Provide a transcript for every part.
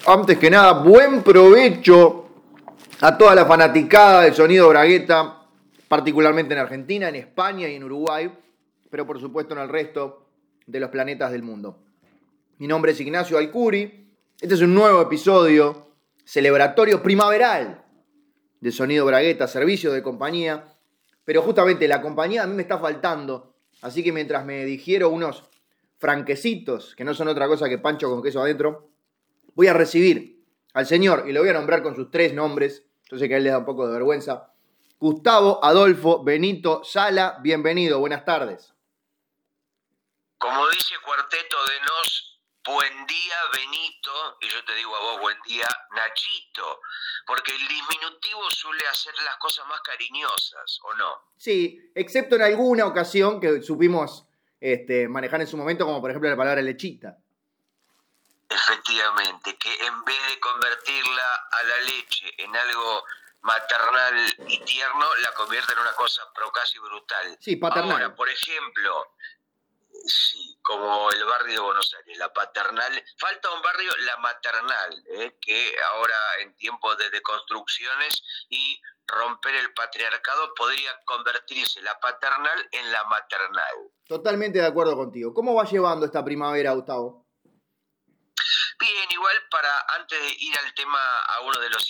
Antes que nada, buen provecho a toda la fanaticada del sonido Bragueta, particularmente en Argentina, en España y en Uruguay, pero por supuesto en el resto de los planetas del mundo. Mi nombre es Ignacio Alcuri. Este es un nuevo episodio celebratorio primaveral de Sonido Bragueta, servicio de compañía. Pero justamente la compañía a mí me está faltando, así que mientras me digiero unos franquecitos, que no son otra cosa que pancho con queso adentro, voy a recibir al señor, y lo voy a nombrar con sus 3 nombres, yo sé que a él le da un poco de vergüenza, Gustavo Adolfo Benito Sala. Bienvenido, buenas tardes. Como dice Cuarteto de Nos, buen día Benito, y yo te digo a vos buen día Nachito, porque el diminutivo suele hacer las cosas más cariñosas, ¿o no? Sí, excepto en alguna ocasión que supimos manejar en su momento, como por ejemplo la palabra lechita. Efectivamente, que en vez de convertirla a la leche en algo maternal y tierno, la convierte en una cosa casi brutal. Sí, paternal. Ahora, por ejemplo, sí, como el barrio de Buenos Aires, la paternal, falta un barrio, la maternal, que ahora en tiempos de deconstrucciones y romper el patriarcado podría convertirse la paternal en la maternal. Totalmente de acuerdo contigo. ¿Cómo va llevando esta primavera, Gustavo? Bien, igual antes de ir al tema, a uno de los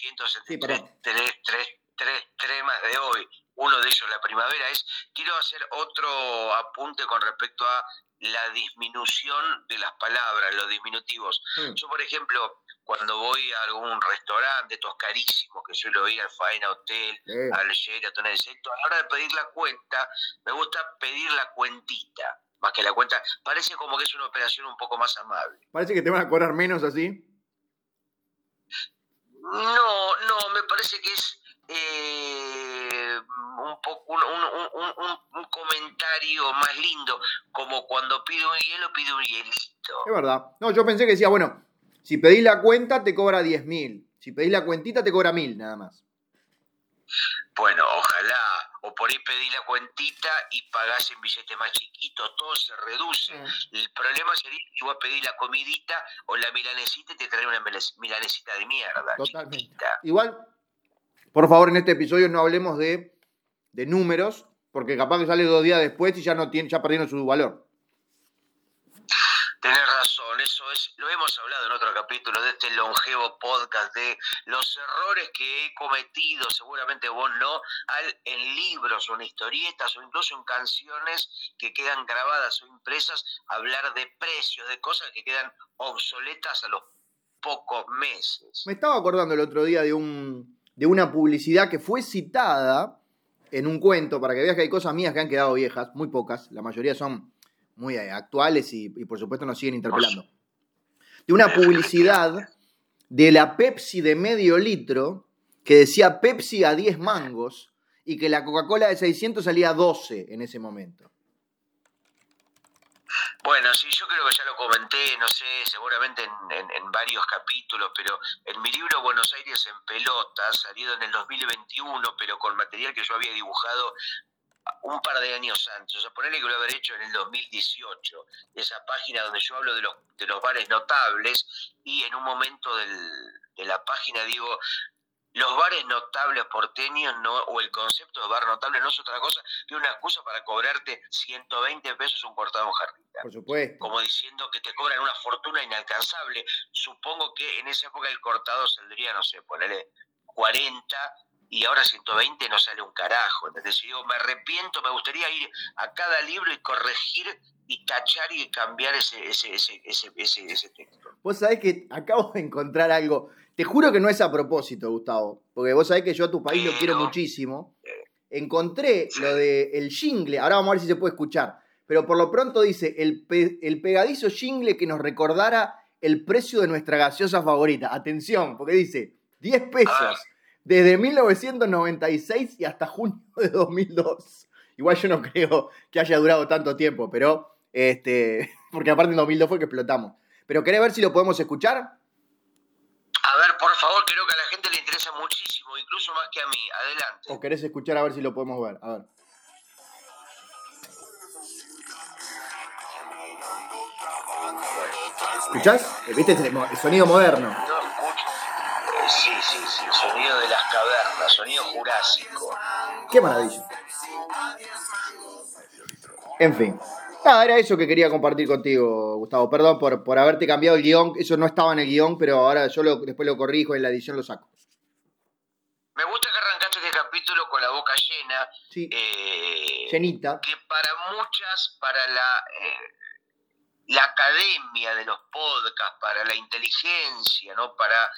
173 temas de hoy, uno de ellos la primavera, quiero hacer otro apunte con respecto a la disminución de las palabras, los diminutivos. Yo, por ejemplo, cuando voy a algún restaurante, estos carísimos que suelo ir, al Faena Hotel, al Sheraton, a la hora de pedir la cuenta, me gusta pedir la cuentita. Más que la cuenta, parece como que es una operación un poco más amable. ¿Parece que te van a cobrar menos así? No, me parece que es un comentario más lindo, como cuando pide un hielo, pide un hielito. Es verdad. No, yo pensé que decía, bueno, si pedís la cuenta te cobra 10.000. Si pedís la cuentita te cobra 1.000 nada más. Bueno, ojalá. O por ahí pedí la cuentita y pagás en billete más chiquito, todo se reduce. El problema sería que vos pedís la comidita o la milanesita y te traen una milanesita de mierda. Totalmente. Chiquitita. Igual, por favor, en este episodio no hablemos de números, porque capaz que sale 2 días después y ya perdieron su valor. Tenés razón, eso lo hemos hablado en otro capítulo de este longevo podcast, de los errores que he cometido, seguramente vos no, en libros o en historietas o incluso en canciones que quedan grabadas o impresas, hablar de precios, de cosas que quedan obsoletas a los pocos meses. Me estaba acordando el otro día de una publicidad que fue citada en un cuento, para que veas que hay cosas mías que han quedado viejas, muy pocas, la mayoría son muy actuales y por supuesto nos siguen interpelando. De una publicidad de la Pepsi de medio litro que decía Pepsi a 10 mangos y que la Coca-Cola de 600 salía a 12 en ese momento. Bueno, sí, yo creo que ya lo comenté, no sé, seguramente en varios capítulos, pero en mi libro Buenos Aires en pelota, salido en el 2021, pero con material que yo había dibujado un par de años antes, o sea, ponerle que lo haber hecho en el 2018, esa página donde yo hablo de los bares notables, y en un momento de la página digo, los bares notables porteños o el concepto de bar notable no es otra cosa que una excusa para cobrarte 120 pesos un cortado en jarrita. Por supuesto. Como diciendo que te cobran una fortuna inalcanzable. Supongo que en esa época el cortado saldría, no sé, ponele 40 y ahora 120 no sale un carajo. Entonces yo me arrepiento, me gustaría ir a cada libro y corregir y tachar y cambiar ese texto. Vos sabés que acabo de encontrar algo. Te juro que no es a propósito, Gustavo, porque vos sabés que yo a tu país lo quiero muchísimo. Encontré lo del jingle, ahora vamos a ver si se puede escuchar, pero por lo pronto dice el pegadizo jingle que nos recordara el precio de nuestra gaseosa favorita. Atención, porque dice 10 pesos desde 1996 y hasta junio de 2002. Igual yo no creo que haya durado tanto tiempo, pero porque aparte en 2002 fue que explotamos. Pero ¿querés ver si lo podemos escuchar? A ver, por favor, creo que a la gente le interesa muchísimo, incluso más que a mí. Adelante. ¿O querés escuchar a ver si lo podemos ver? A ver. ¿Escuchás? ¿Viste el sonido moderno? No Sí, sonido de las cavernas, sonido jurásico. ¡Qué maravilla! En fin. Nada, era eso que quería compartir contigo, Gustavo. Perdón por haberte cambiado el guión. Eso no estaba en el guión, pero ahora yo después lo corrijo, en la edición lo saco. Me gusta que arrancaste este capítulo con la boca llena. Sí. Llenita. Que para la academia de los podcasts, para la inteligencia, ¿no? Para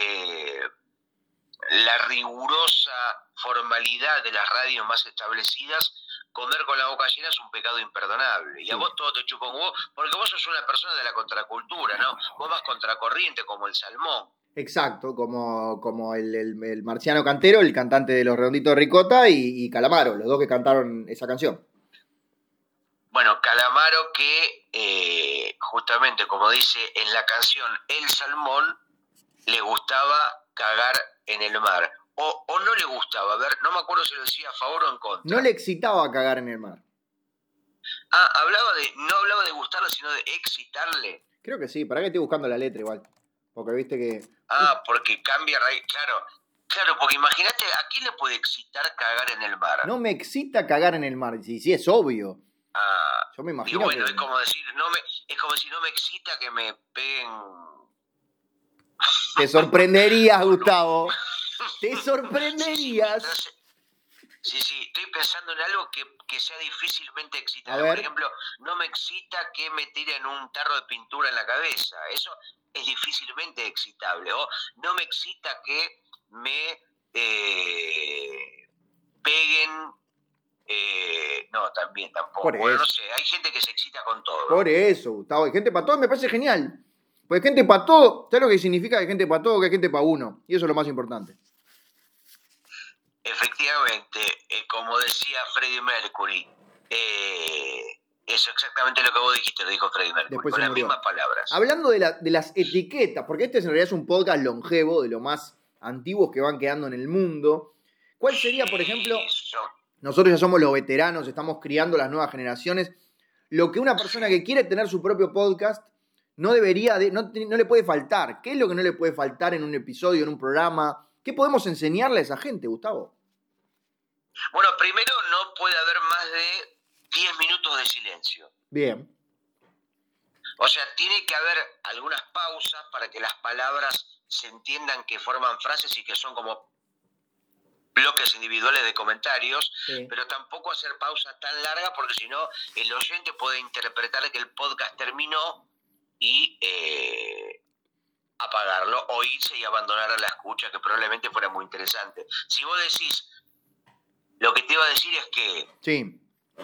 la rigurosa formalidad de las radios más establecidas, comer con la boca llena es un pecado imperdonable. Y a vos todo te chupa un huevo, porque vos sos una persona de la contracultura, ¿no? Vos vas contracorriente como el salmón. Exacto, como el Marciano Cantero, el cantante de Los Redonditos de Ricota, y Calamaro, los dos que cantaron esa canción. Bueno, Calamaro que justamente como dice en la canción El Salmón, le gustaba cagar en el mar. O no le gustaba, a ver, no me acuerdo si lo decía a favor o en contra. No le excitaba cagar en el mar. Ah, no hablaba de gustarle, sino de excitarle. Creo que sí, para que estoy buscando la letra igual. Porque viste que... Porque cambia raíz, claro, porque imagínate, ¿a quién le puede excitar cagar en el mar? No me excita cagar en el mar, sí, es obvio. Yo me imagino y bueno, que... es como decir, no me excita que me peguen... Te sorprenderías, Gustavo. Te sorprenderías. Entonces, sí, estoy pensando en algo que sea difícilmente excitable. Por ejemplo, no me excita que me tiren un tarro de pintura en la cabeza. Eso es difícilmente excitable. O no me excita que me peguen... no, tampoco. Bueno, no sé, hay gente que se excita con todo. Por eso, Gustavo, hay gente para todo, me parece genial. Porque hay gente para todo, ¿sabes lo que significa que hay gente para todo? Que hay gente para uno. Y eso es lo más importante. Efectivamente, como decía Freddie Mercury, eso exactamente lo que vos dijiste, lo dijo Freddie Mercury, después con las mismas palabras. Hablando de las etiquetas, porque este en realidad es un podcast longevo, de lo más antiguos que van quedando en el mundo. ¿Cuál sería, por ejemplo, nosotros ya somos los veteranos, estamos criando las nuevas generaciones, lo que una persona que quiere tener su propio podcast no debería, no le puede faltar? ¿Qué es lo que no le puede faltar en un episodio, en un programa? ¿Qué podemos enseñarle a esa gente, Gustavo? Bueno, primero no puede haber más de 10 minutos de silencio. Bien. O sea, tiene que haber algunas pausas para que las palabras se entiendan que forman frases y que son como bloques individuales de comentarios, pero tampoco hacer pausas tan largas porque si no el oyente puede interpretar que el podcast terminó y apagarlo o irse y abandonar a la escucha, que probablemente fuera muy interesante. Si vos decís, lo que te iba a decir es que... Sí.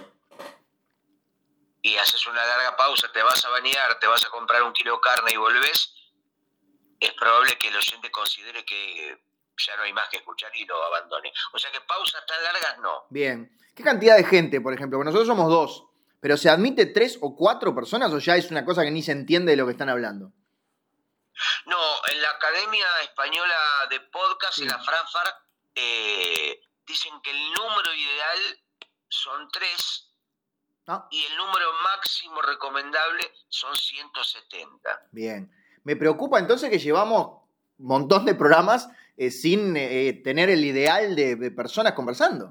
Y haces una larga pausa, te vas a bañar, te vas a comprar 1 kilo de carne y volvés, es probable que el oyente considere que ya no hay más que escuchar y lo abandone. O sea que pausas tan largas no. Bien. ¿Qué cantidad de gente, por ejemplo? Bueno, nosotros somos 2, pero ¿se admite 3 o 4 personas o ya es una cosa que ni se entiende de lo que están hablando? No, en la Academia Española de Podcast, en la Franfar, dicen que el número ideal son 3 y el número máximo recomendable son 170. Bien. Me preocupa entonces que llevamos un montón de programas sin tener el ideal de personas conversando.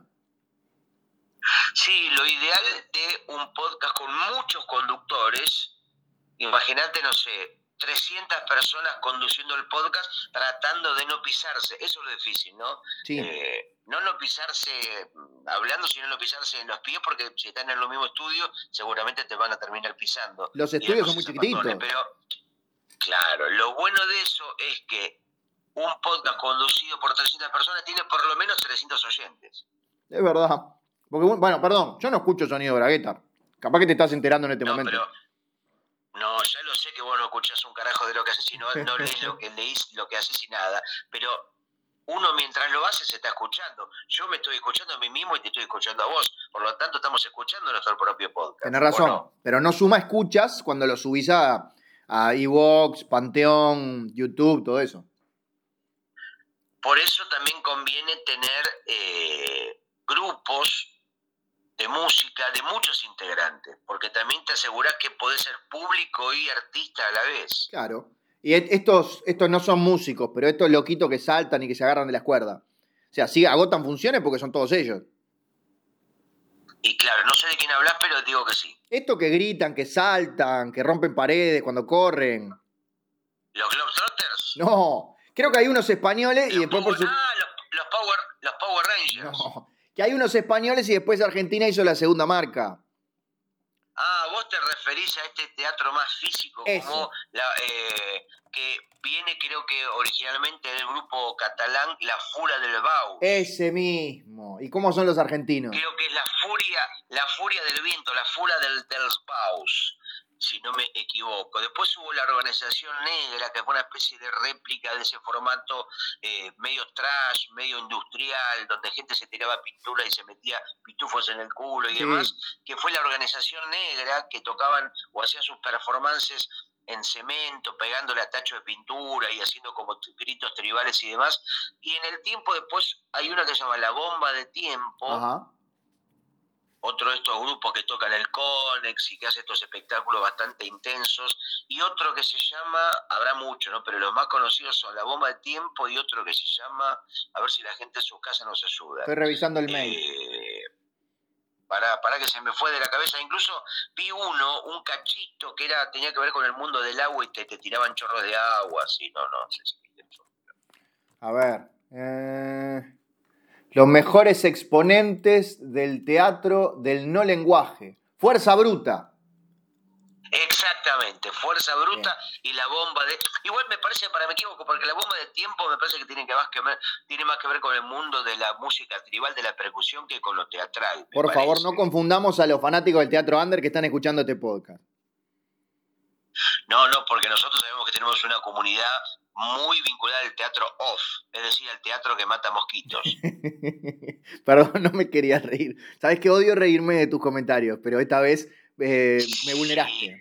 Sí, lo ideal de un podcast con muchos conductores, imagínate, no sé, 300 personas conduciendo el podcast tratando de no pisarse. Eso es lo difícil, ¿no? Sí. No pisarse hablando, sino no pisarse en los pies, porque si están en el mismo estudio, seguramente te van a terminar pisando. Los estudios son muy chiquititos. Pero, claro, lo bueno de eso es que un podcast conducido por 300 personas tiene por lo menos 300 oyentes. Es verdad. Porque, bueno, perdón, yo no escucho Sonido Bragueta. Capaz que te estás enterando en este momento. Pero, no, ya lo sé que vos no escuchás un carajo de lo que haces y no lees lo que leís, lo que haces y nada. Pero uno mientras lo hace se está escuchando. Yo me estoy escuchando a mí mismo y te estoy escuchando a vos. Por lo tanto, estamos escuchando nuestro propio podcast. Tenés razón, no? Pero no suma escuchas cuando lo subís a iVoox, Panteón, YouTube, todo eso. Por eso también conviene tener grupos de música de muchos integrantes, porque también te aseguras que podés ser público y artista a la vez. Claro. Y estos no son músicos, pero estos loquitos que saltan y que se agarran de las cuerdas. O sea, sí agotan funciones porque son todos ellos. Y claro, no sé de quién hablas, pero digo que sí. Estos que gritan, que saltan, que rompen paredes cuando corren. ¿Los Globetrotters? No, creo que hay unos españoles y después por su... los Power Rangers. No, que hay unos españoles y después Argentina hizo la segunda marca. Ah, vos te referís a este teatro más físico, como que viene, creo que originalmente del grupo catalán La Fura del Bau. Ese mismo. ¿Y cómo son los argentinos? Creo que es la furia del viento, la Fura del Baus, si no me equivoco. Después hubo la Organización Negra, que fue una especie de réplica de ese formato medio trash, medio industrial, donde gente se tiraba pintura y se metía pitufos en el culo y demás, que fue la Organización Negra, que tocaban o hacían sus performances en cemento, pegándole a tacho de pintura y haciendo como gritos tribales y demás. Y en el tiempo después hay una que se llama La Bomba de Tiempo. Ajá. Otro de estos grupos que tocan el Conex y que hace estos espectáculos bastante intensos, y otro que se llama, habrá mucho, ¿no? Pero los más conocidos son La Bomba de Tiempo y otro que se llama, a ver si la gente en sus casas nos ayuda. Estoy revisando el mail. Para que se me fue de la cabeza. Incluso vi un cachito que tenía que ver con el mundo del agua y te tiraban chorros de agua, así, no sé si... A ver, los mejores exponentes del teatro del no lenguaje. Fuerza Bruta. Exactamente, Fuerza Bruta. Bien. Y La Bomba de... Igual me parece, me equivoco, porque La Bomba de Tiempo me parece que tiene más que ver con el mundo de la música tribal, de la percusión, que con lo teatral. Por favor, no confundamos a los fanáticos del teatro under que están escuchando este podcast. No, porque nosotros sabemos que tenemos una comunidad muy vinculada al teatro off, es decir, al teatro que mata mosquitos. Perdón, no me quería reír. Sabes que odio reírme de tus comentarios, pero esta vez me vulneraste.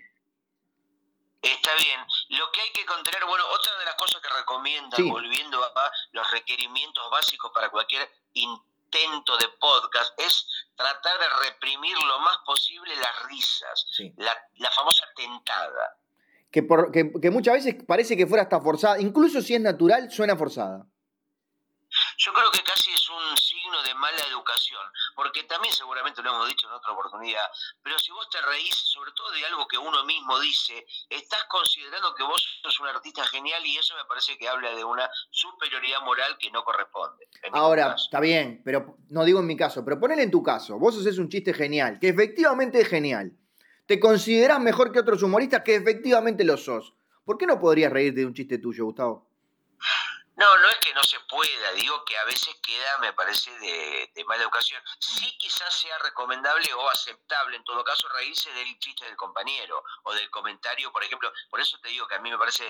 Está bien. Lo que hay que contener, otra de las cosas que recomiendan, volviendo a los requerimientos básicos para cualquier intento de podcast, es tratar de reprimir lo más posible las risas, la famosa tentada. Que muchas veces parece que fuera hasta forzada, incluso si es natural, suena forzada. Yo creo que casi es un signo de mala educación, porque también seguramente lo hemos dicho en otra oportunidad, pero si vos te reís, sobre todo de algo que uno mismo dice, estás considerando que vos sos un artista genial y eso me parece que habla de una superioridad moral que no corresponde. Ahora, está bien, pero no digo en mi caso, pero ponele en tu caso, vos haces un chiste genial, que efectivamente es genial. Te considerás mejor que otros humoristas que efectivamente lo sos. ¿Por qué no podrías reírte de un chiste tuyo, Gustavo? No es que no se pueda, digo que a veces queda, me parece, de mala educación. Sí quizás sea recomendable o aceptable, en todo caso, reírse del chiste del compañero o del comentario, por ejemplo. Por eso te digo que a mí me parece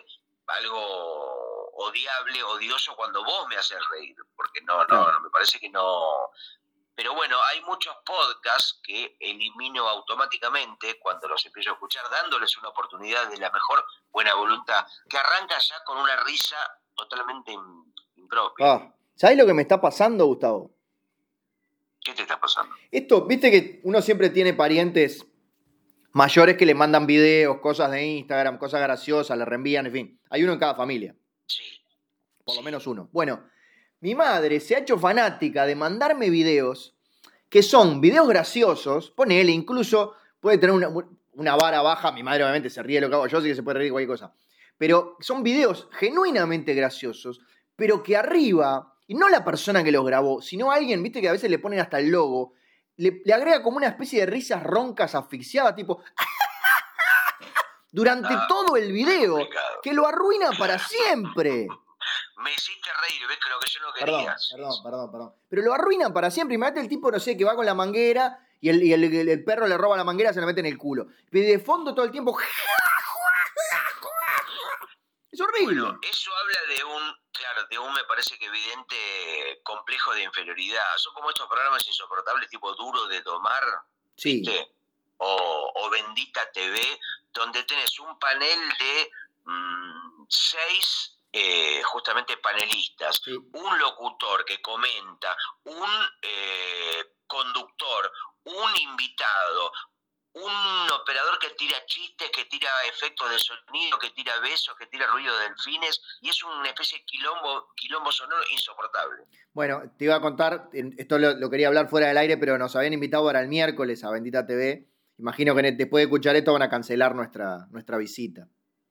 algo odiable, odioso cuando vos me haces reír, porque no, me parece que no... Pero bueno, hay muchos podcasts que elimino automáticamente cuando los empiezo a escuchar, dándoles una oportunidad de la mejor buena voluntad, que arranca ya con una risa totalmente impropia. ¿Sabés lo que me está pasando, Gustavo? ¿Qué te está pasando? Esto, viste que uno siempre tiene parientes mayores que le mandan videos, cosas de Instagram, cosas graciosas, le reenvían, en fin. Hay uno en cada familia. Sí. Por lo menos uno. Bueno, mi madre se ha hecho fanática de mandarme videos que son videos graciosos. Ponele, incluso puede tener una vara baja. Mi madre obviamente se ríe de lo que hago yo, así que se puede reír de cualquier cosa. Pero son videos genuinamente graciosos, pero que arriba, y no la persona que los grabó, sino alguien, viste que a veces le ponen hasta el logo, le agrega como una especie de risas roncas asfixiadas, tipo... durante todo el video, que lo arruina para siempre. Me hiciste reír, ves que lo que yo no quería. Perdón. Pero lo arruinan para siempre. Imagínate el tipo, no sé, que va con la manguera y el perro le roba la manguera, se la mete en el culo. Y de fondo todo el tiempo... Es horrible. Bueno, eso habla de un, me parece que evidente complejo de inferioridad. Son como estos programas insoportables, tipo Duro de Domar, sí. ¿viste? O Bendita TV, donde tenés un panel de 6 justamente panelistas, sí. Un locutor que comenta, un conductor, un invitado, un operador que tira chistes, que tira efectos de sonido, que tira besos, que tira ruido de delfines, y es una especie de quilombo sonoro insoportable. Bueno, te iba a contar, esto lo quería hablar fuera del aire, pero nos habían invitado para el miércoles a Bendita TV. Imagino que después de escuchar esto van a cancelar nuestra visita.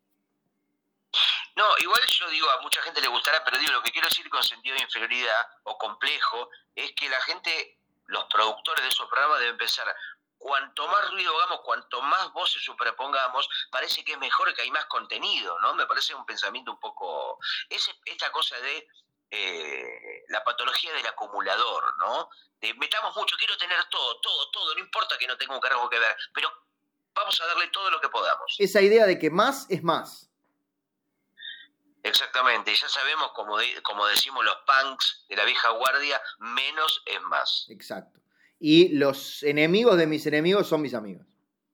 No, igual yo digo, a mucha gente le gustará, pero digo, lo que quiero decir con sentido de inferioridad o complejo es que la gente, los productores de esos programas deben pensar, cuanto más ruido hagamos, cuanto más voces superpongamos, parece que es mejor, que hay más contenido, ¿no? Me parece un pensamiento un poco... Es esta cosa de la patología del acumulador, ¿no? De metamos mucho, quiero tener todo, no importa que no tenga un carajo que ver, pero vamos a darle todo lo que podamos. Esa idea de que más es más. Exactamente, ya sabemos, como decimos los punks de la vieja guardia, menos es más. Exacto. Y los enemigos de mis enemigos son mis amigos.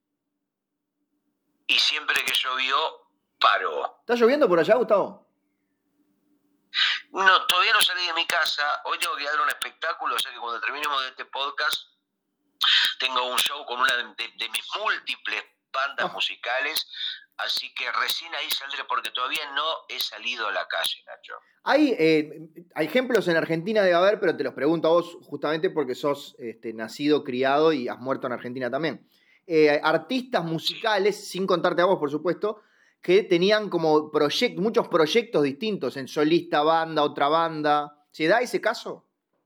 Y siempre que llovió, paró. ¿Está lloviendo por allá, Gustavo? No, todavía no salí de mi casa. Hoy tengo que dar un espectáculo, o sea que cuando terminemos de este podcast, tengo un show con una de mis múltiples bandas musicales. Así que recién ahí saldré porque todavía no he salido a la calle, Nacho. Hay ejemplos en Argentina debe haber, pero te los pregunto a vos justamente porque sos nacido, criado y has muerto en Argentina también. Artistas musicales, sin contarte a vos, por supuesto, que tenían como muchos proyectos distintos en solista, banda, otra banda. ¿Se da ese caso?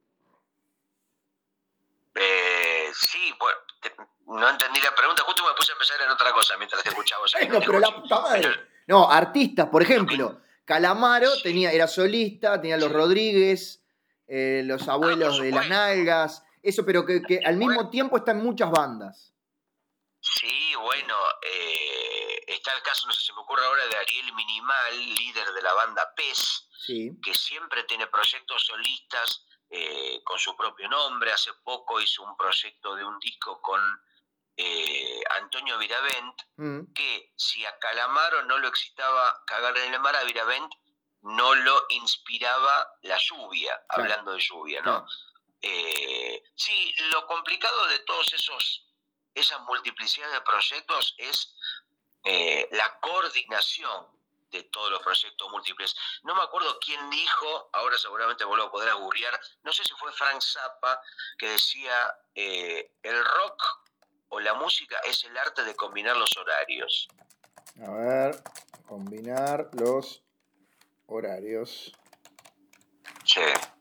Sí, bueno, no entendí la pregunta, justo me puse a pensar en otra cosa mientras te escuchaba. O sea, no, pero la puta madre. No, artistas, por ejemplo, Calamaro era solista, tenía los Rodríguez, los abuelos de las nalgas, eso, pero que al mismo tiempo está en muchas bandas. Sí, bueno, está el caso, no sé si me ocurre ahora, de Ariel Minimal, líder de la banda PES, sí, que siempre tiene proyectos solistas con su propio nombre. Hace poco hizo un proyecto de un disco con Antonio Viravent, que si a Calamaro no lo excitaba cagar en el mar, a Viravent no lo inspiraba la lluvia, claro. Hablando de lluvia, ¿no? Claro. Sí, lo complicado de todos esas multiplicidad de proyectos es la coordinación de todos los proyectos múltiples. No me acuerdo quién dijo, ahora seguramente vos lo podrás googlear, no sé si fue Frank Zappa, que decía, el rock o la música es el arte de combinar los horarios. A ver, combinar los horarios. Sí.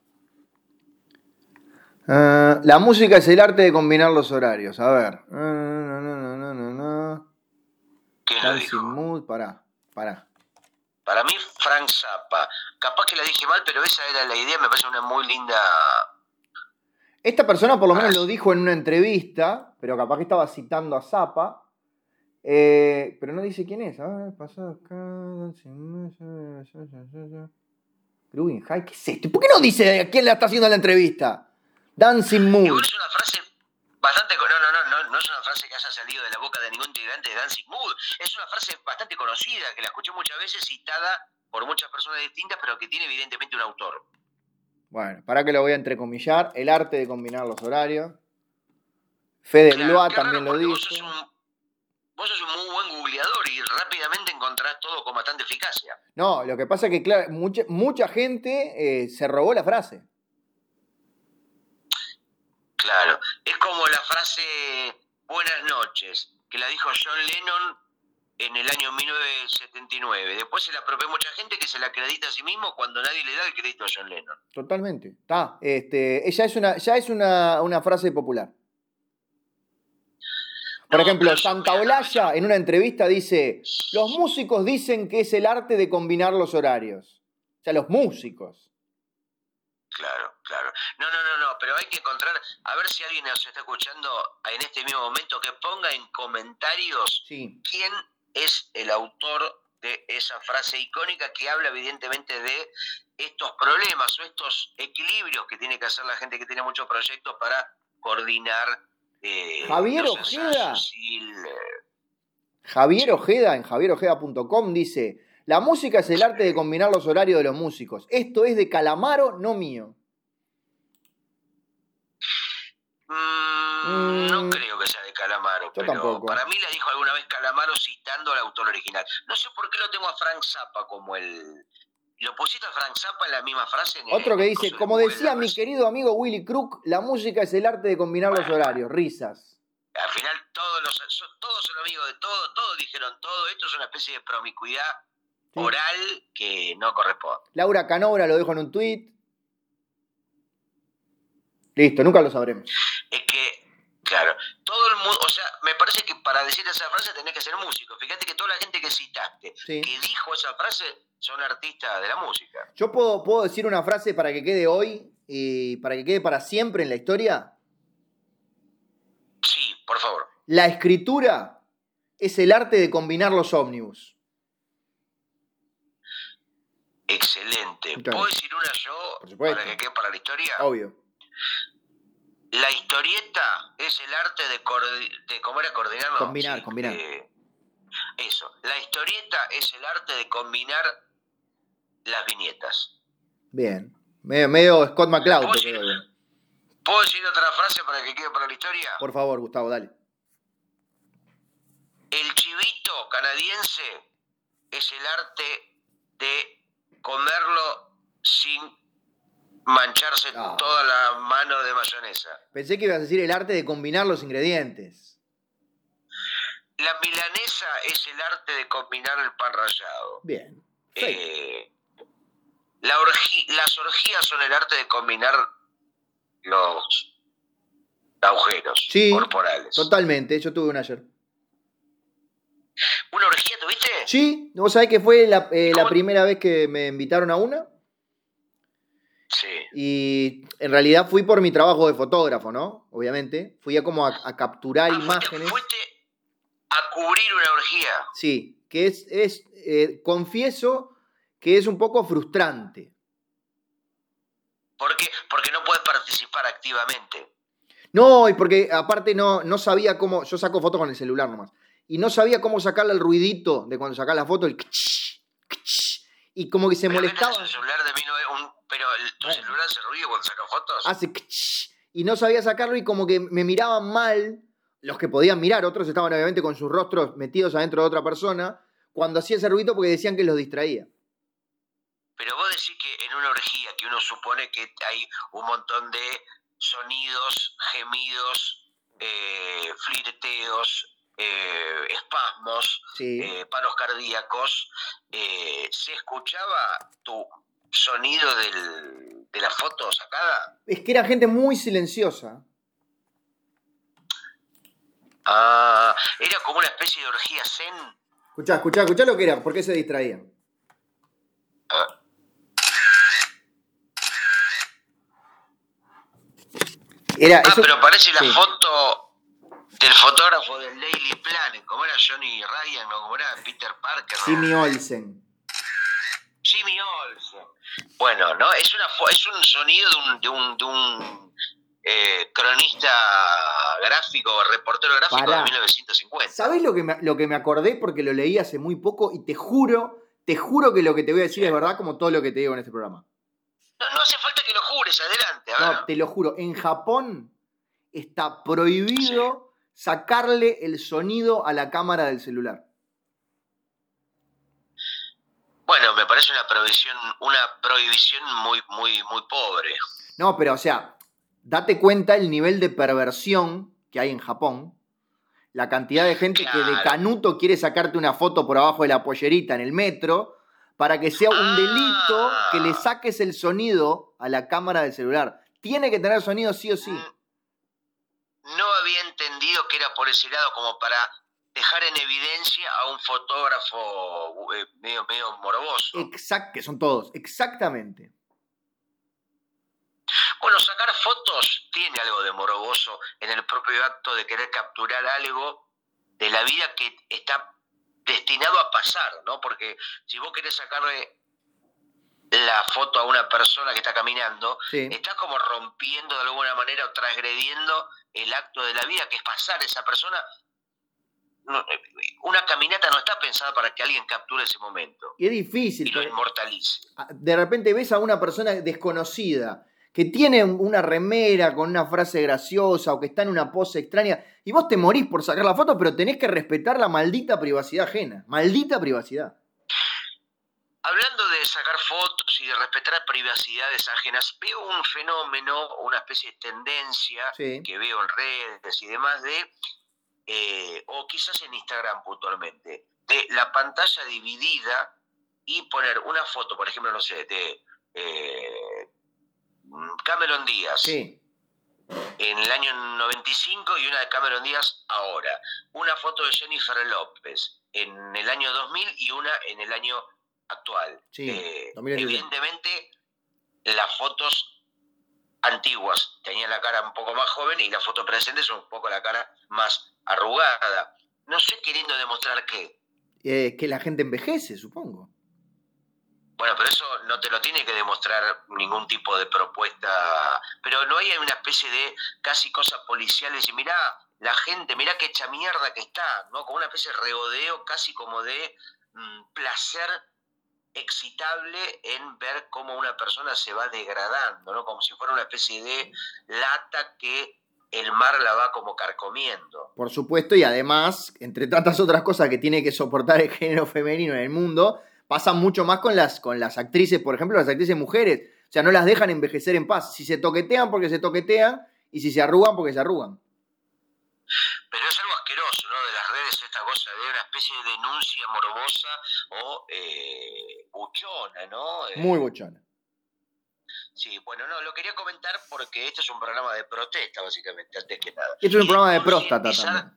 La música es el arte de combinar los horarios. A ver. ¿Quién lo dijo? Mood, pará. Para mí, Frank Zappa. Capaz que la dije mal, pero esa era la idea, me parece una muy linda... Esta persona por lo menos lo dijo en una entrevista, pero capaz que estaba citando a Zappa. Pero no dice quién es. A ver, pasado acá. Grooving High, ¿qué es esto? ¿Por qué no dice a quién la está haciendo la entrevista? Dancing Mood. Igual es una frase bastante... No es una frase que haya salido de la boca de ningún integrante de Dancing Mood. Es una frase bastante conocida, que la escuché muchas veces, citada por muchas personas distintas, pero que tiene evidentemente un autor. Bueno, para que lo voy a entrecomillar. El arte de combinar los horarios. Fede Loa también lo dice. Vos sos un muy buen googleador y rápidamente encontrás todo con bastante eficacia. No, lo que pasa es que, claro, mucha gente se robó la frase. Claro, es como la frase buenas noches, que la dijo John Lennon en el año 1979. Después se la apropió mucha gente que se la acredita a sí mismo cuando nadie le da el crédito a John Lennon. Totalmente. Está. Ya es una frase popular. Por ejemplo, Santaolalla en una entrevista dice: los músicos dicen que es el arte de combinar los horarios. O sea, los músicos. Claro. No, pero hay que encontrar, a ver si alguien nos está escuchando en este mismo momento, que ponga en comentarios quién es el autor de esa frase icónica que habla evidentemente de estos problemas o estos equilibrios que tiene que hacer la gente que tiene muchos proyectos para coordinar Javier Ojeda. Javier Ojeda en javierojeda.com dice: la música es el arte de combinar los horarios de los músicos. Esto es de Calamaro, no mío. No creo que sea de Calamaro, Yo pero tampoco. para mí la dijo alguna vez Calamaro citando al autor original. No sé por qué lo tengo a Frank Zappa como el... ¿Lo pusiste a Frank Zappa en la misma frase? Otro que el dice, coso de como Google, decía mi querido amigo Willy Crook, la música es el arte de combinar los horarios. Risas. Al final todos son amigos de todos dijeron todo. Esto es una especie de promiscuidad oral que no corresponde. Laura Canora lo dijo en un tuit. Listo, nunca lo sabremos. Es que, claro, todo el mundo, o sea, me parece que para decir esa frase tenés que ser músico. Fíjate que toda la gente que citaste, que dijo esa frase, son artistas de la música. ¿Yo puedo decir una frase para que quede hoy y para que quede para siempre en la historia? Sí, por favor. La escritura es el arte de combinar los ómnibus. Excelente. Claro. ¿Puedo decir una yo para que quede para la historia? Obvio. La historieta es el arte de ¿cómo era? Coordinarlo. Combinar. Eso. La historieta es el arte de combinar las viñetas. Bien. Medio Scott McCloud. ¿Puedo decir otra frase para que quede para la historia? Por favor, Gustavo, dale. El chivito canadiense es el arte de comerlo sin mancharse toda la mano de mayonesa. Pensé que ibas a decir el arte de combinar los ingredientes. La milanesa es el arte de combinar el pan rallado. Bien. Las orgías son el arte de combinar los agujeros corporales. Totalmente. Yo tuve una ayer. ¿Una orgía tuviste? Sí. ¿Vos sabés que fue la primera vez que me invitaron a una? Sí. Y en realidad fui por mi trabajo de fotógrafo, ¿no? Obviamente. Fui a capturar imágenes. Fuiste a cubrir una orgía. Sí, que confieso que es un poco frustrante. ¿Por qué? Porque no puedes participar activamente. No, y porque aparte no sabía cómo. Yo saco fotos con el celular nomás. Y no sabía cómo sacarle el ruidito de cuando sacás la foto, el y como que se molestaba. Pero tu celular hace ruido cuando sacas fotos. Hace y no sabía sacarlo y como que me miraban mal los que podían mirar, otros estaban obviamente con sus rostros metidos adentro de otra persona, cuando hacía ese ruido porque decían que los distraía. Pero vos decís que en una orgía, que uno supone que hay un montón de sonidos, gemidos, flirteos, espasmos, paros cardíacos, ¿se escuchaba tu sonido de la foto sacada? Es que era gente muy silenciosa. Era como una especie de orgía zen. Escuchá lo que era, ¿por qué se distraían? Pero parece la foto del fotógrafo del Daily Planet, como era Johnny Ryan, o como era Peter Parker. Jimmy Olsen. Bueno, ¿no? Es un sonido de un cronista gráfico, reportero gráfico de 1950. ¿Sabés lo que me acordé? Porque lo leí hace muy poco y te juro que lo que te voy a decir es verdad, como todo lo que te digo en este programa. No hace falta que lo jures, adelante. No, te lo juro. En Japón está prohibido sacarle el sonido a la cámara del celular. Bueno, me parece una prohibición muy, muy, muy pobre. No, pero o sea, date cuenta el nivel de perversión que hay en Japón. La cantidad de gente que de canuto quiere sacarte una foto por abajo de la pollerita en el metro para que sea un delito que le saques el sonido a la cámara del celular. Tiene que tener sonido sí o sí. No había entendido que era por ese lado, como para dejar en evidencia a un fotógrafo medio morboso. Exacto, que son todos, exactamente. Bueno, sacar fotos tiene algo de morboso en el propio acto de querer capturar algo de la vida que está destinado a pasar, ¿no? Porque si vos querés sacarle la foto a una persona que está caminando, estás como rompiendo de alguna manera o transgrediendo el acto de la vida, que es pasar esa persona. Una caminata no está pensada para que alguien capture ese momento. Y es difícil. Y lo inmortalice. De repente ves a una persona desconocida que tiene una remera con una frase graciosa o que está en una pose extraña y vos te morís por sacar la foto, pero tenés que respetar la maldita privacidad ajena. Maldita privacidad. Hablando de sacar fotos y de respetar privacidades ajenas, veo un fenómeno, una especie de tendencia que veo en redes y demás o quizás en Instagram puntualmente, de la pantalla dividida y poner una foto, por ejemplo, no sé, de Cameron Díaz en el año 95 y una de Cameron Díaz ahora. Una foto de Jennifer López en el año 2000 y una en el año actual. Evidentemente, las fotos antiguas tenían la cara un poco más joven y las fotos presentes son un poco la cara más arrugada. No sé queriendo demostrar qué. Que la gente envejece, supongo. Bueno, pero eso no te lo tiene que demostrar ningún tipo de propuesta. Pero no hay una especie de casi cosas policiales y mirá, la gente, mirá qué hecha mierda que está, ¿no? Como una especie de regodeo casi como de placer excitable en ver cómo una persona se va degradando, ¿no? Como si fuera una especie de lata que el mar la va como carcomiendo. Por supuesto, y además, entre tantas otras cosas que tiene que soportar el género femenino en el mundo, pasa mucho más con las actrices, por ejemplo, las actrices mujeres. O sea, no las dejan envejecer en paz. Si se toquetean, porque se toquetean, y si se arrugan, porque se arrugan. Pero es algo asqueroso, ¿no? De las redes, esta cosa de una especie de denuncia morbosa o buchona, ¿no? Muy buchona. Sí, bueno, no, lo quería comentar porque este es un programa de protesta, básicamente, antes que nada. Este es un programa de próstata también.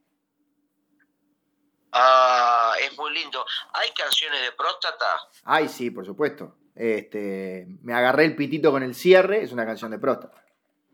Ah, es muy lindo. ¿Hay canciones de próstata? Ay, sí, por supuesto. Me agarré el pitito con el cierre, es una canción de próstata.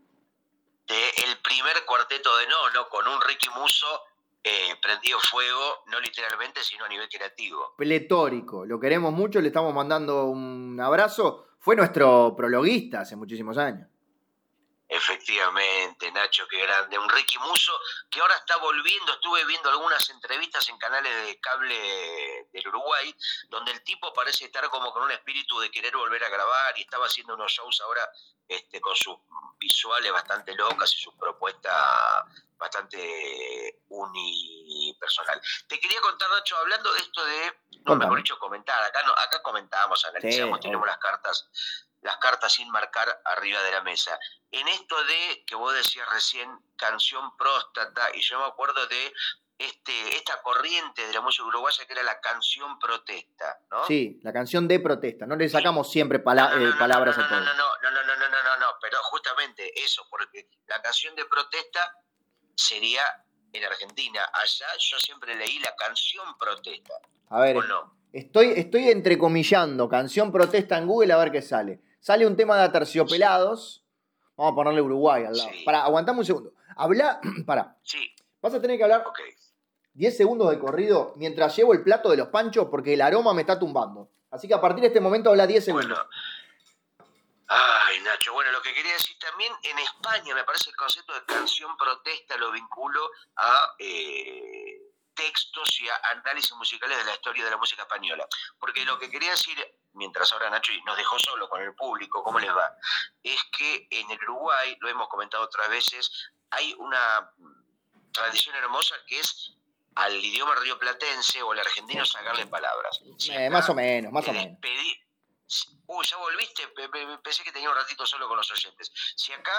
El primer cuarteto de No, con un Ricky Musso prendido fuego, no literalmente, sino a nivel creativo. Pletórico, lo queremos mucho, le estamos mandando un abrazo. Fue nuestro prologuista hace muchísimos años. Efectivamente, Nacho, qué grande. Un Ricky Musso que ahora está volviendo. Estuve viendo algunas entrevistas en canales de cable del Uruguay, donde el tipo parece estar como con un espíritu de querer volver a grabar y estaba haciendo unos shows ahora con sus visuales bastante locas y su propuesta bastante unipersonal. Te quería contar, Nacho, hablando de esto mejor dicho, comentar. Acá comentábamos, analizamos, sí, tenemos las cartas sin marcar arriba de la mesa. En esto de que vos decías recién, canción próstata, y yo me acuerdo de esta corriente de la música uruguaya que era la canción protesta, ¿no? Sí, la canción de protesta. No le sacamos siempre palabras a todo. No, pero justamente eso, porque la canción de protesta sería en Argentina. Allá yo siempre leí la canción protesta. A ver, no? Estoy entrecomillando canción protesta en Google a ver qué sale. Sale un tema de Aterciopelados. Vamos a ponerle Uruguay al lado. Sí. Aguantame un segundo. Habla, Sí. Vas a tener que hablar 10 segundos de corrido mientras llevo el plato de los panchos porque el aroma me está tumbando. Así que a partir de este momento habla 10 segundos. Bueno. Ay, Nacho, bueno, lo que quería decir también, en España me parece el concepto de canción protesta lo vinculo a textos y a análisis musicales de la historia de la música española. Porque lo que quería decir, mientras ahora Nacho nos dejó solo con el público, ¿cómo les va? Es que en el Uruguay, lo hemos comentado otras veces, hay una tradición hermosa que es al idioma rioplatense o al argentino sacarle palabras. Más o menos. Ya volviste, pensé que tenía un ratito solo con los oyentes. Si acá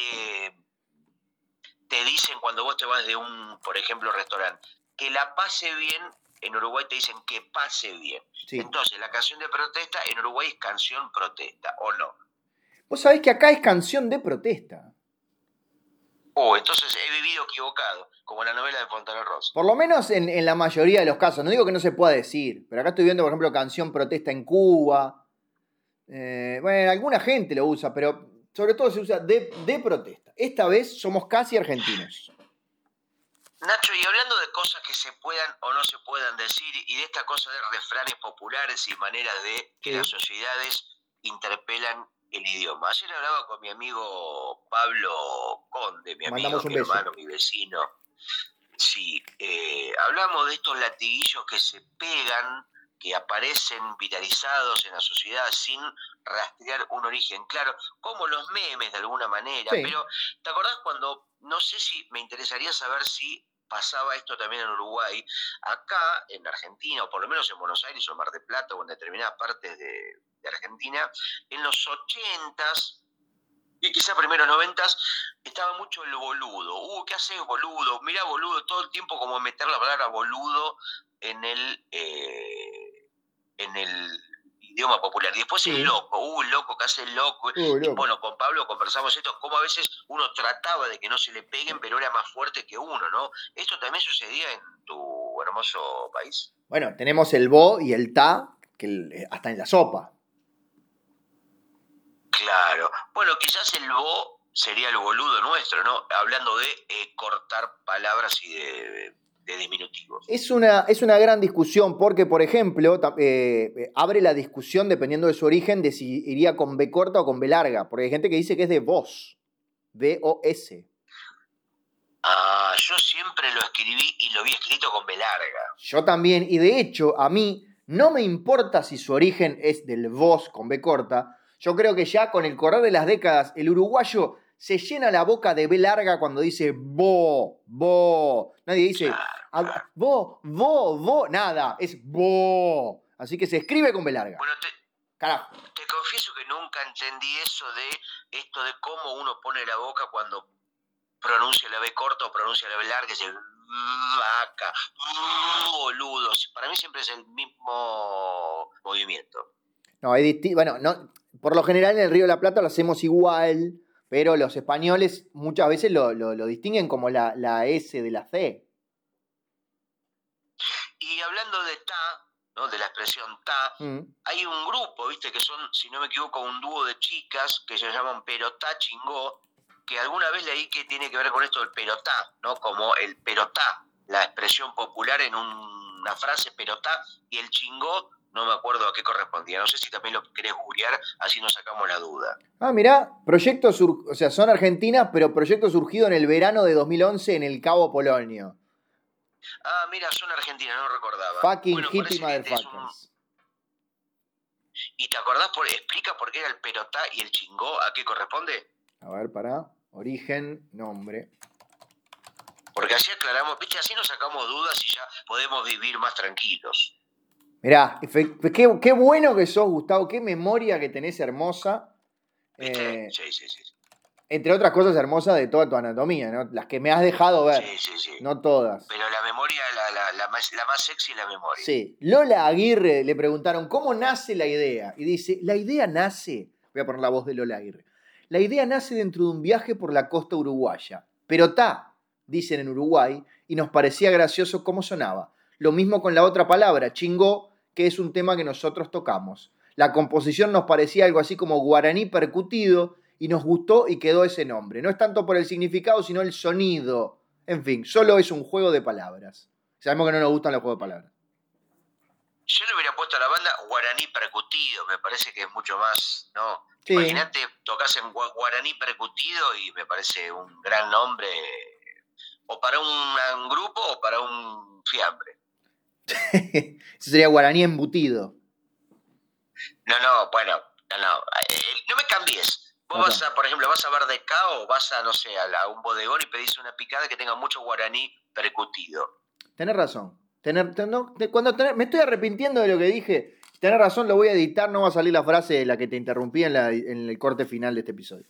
te dicen cuando vos te vas de un, por ejemplo, restaurante, que la pase bien, en Uruguay te dicen que pase bien. Sí. Entonces, la canción de protesta en Uruguay es canción protesta, ¿o no? Vos sabés que acá es canción de protesta. Entonces he vivido equivocado, como en la novela de Fontana Rosa. Por lo menos en la mayoría de los casos. No digo que no se pueda decir, pero acá estoy viendo, por ejemplo, canción protesta en Cuba. Bueno, alguna gente lo usa, pero sobre todo se usa de protesta. Esta vez somos casi argentinos. Nacho, y hablando de cosas que se puedan o no se puedan decir, y de esta cosa de refranes populares y maneras de que las sociedades interpelan el idioma. Ayer hablaba con mi amigo Pablo Conde, mi amigo, mi hermano, mi vecino. Sí, hablamos de estos latiguillos que se pegan, que aparecen viralizados en la sociedad sin rastrear un origen claro, como los memes de alguna manera, Sí. pero ¿te acordás cuando, no sé si me interesaría saber si pasaba esto también en Uruguay, acá en Argentina, o por lo menos en Buenos Aires o en Mar del Plata o en determinadas partes de Argentina, en los 80s y quizá primeros 90s, estaba mucho el boludo. ¿Qué haces, boludo? Mirá, boludo, todo el tiempo como meter la palabra boludo en el idioma popular. Y después el loco, el loco que hace el loco. Y Loco. bueno, con Pablo conversamos esto, cómo a veces uno trataba de que no se le peguen, pero era más fuerte que uno, ¿no? ¿Esto también sucedía en tu hermoso país? Bueno, tenemos el bo y el ta, que hasta en la sopa. Claro. Bueno, quizás el bo sería el boludo nuestro, ¿no? Hablando de cortar palabras y de diminutivos. Es una gran discusión porque, por ejemplo, abre la discusión, dependiendo de su origen, de si iría con B corta o con B larga. Porque hay gente que dice que es de vos. V-O-S. Yo siempre lo escribí y lo vi escrito con B larga. Yo también. Y de hecho, a mí no me importa si su origen es del vos con B corta. Yo creo que ya con el correr de las décadas, el uruguayo se llena la boca de B larga cuando dice bo. Nadie dice bo. Nada, es bo. Así que se escribe con B larga. Bueno, Carajo. te confieso que nunca entendí eso de esto de cómo uno pone la boca cuando pronuncia la B corta o pronuncia la B larga, dice vaca, boludos. Para mí siempre es el mismo movimiento. No, es distinto. Bueno, no, por lo general en el Río de la Plata lo hacemos igual, pero los españoles muchas veces lo distinguen como la S de la C. Y hablando de ta, ¿no? De la expresión ta, hay un grupo, ¿viste? Que son, si no me equivoco, un dúo de chicas que se llaman Perotá Chingó, que alguna vez leí que tiene que ver con esto del perotá, ¿no? Como el perotá, la expresión popular en una frase perotá, y el chingó, no me acuerdo a qué correspondía. No sé si también lo querés googlear, así nos sacamos la duda. Mirá, o sea, son argentinas, pero proyecto surgido en el verano de 2011 en el Cabo Polonio. Mira, son argentinas, no recordaba. Fucking hippie motherfuckers. ¿Y te acordás? Explica por qué era el perotá y el chingó, ¿a qué corresponde? A ver, pará. Origen, nombre. Porque así aclaramos, ¿viste? Así nos sacamos dudas y ya podemos vivir más tranquilos. Mirá, qué bueno que sos, Gustavo, qué memoria que tenés hermosa. ¿Viste? Sí. Entre otras cosas hermosas de toda tu anatomía, ¿no? Las que me has dejado ver. Sí. No todas. Pero la memoria, la más sexy es la memoria. Sí. Lola Aguirre le preguntaron cómo nace la idea. Y dice, la idea nace, voy a poner la voz de Lola Aguirre, la idea nace dentro de un viaje por la costa uruguaya. Perotá, dicen en Uruguay, y nos parecía gracioso cómo sonaba. Lo mismo con la otra palabra, chingó, que es un tema que nosotros tocamos. La composición nos parecía algo así como guaraní percutido, y nos gustó y quedó ese nombre. No es tanto por el significado, sino el sonido. En fin, solo es un juego de palabras. Sabemos que no nos gustan los juegos de palabras. Yo le hubiera puesto a la banda guaraní percutido, me parece que es mucho más, ¿no? Sí. Imagínate, tocas en guaraní percutido y me parece un gran nombre, o para un grupo o para un fiambre. Eso sería guaraní embutido. No, bueno, no me cambies. Vos vas a, por ejemplo, vas a Bardecá o vas a, no sé, a un bodegón y pedís una picada que tenga mucho guaraní percutido. Tenés razón. Me estoy arrepintiendo de lo que dije. Tenés razón, lo voy a editar, no va a salir la frase de la que te interrumpí en el corte final de este episodio.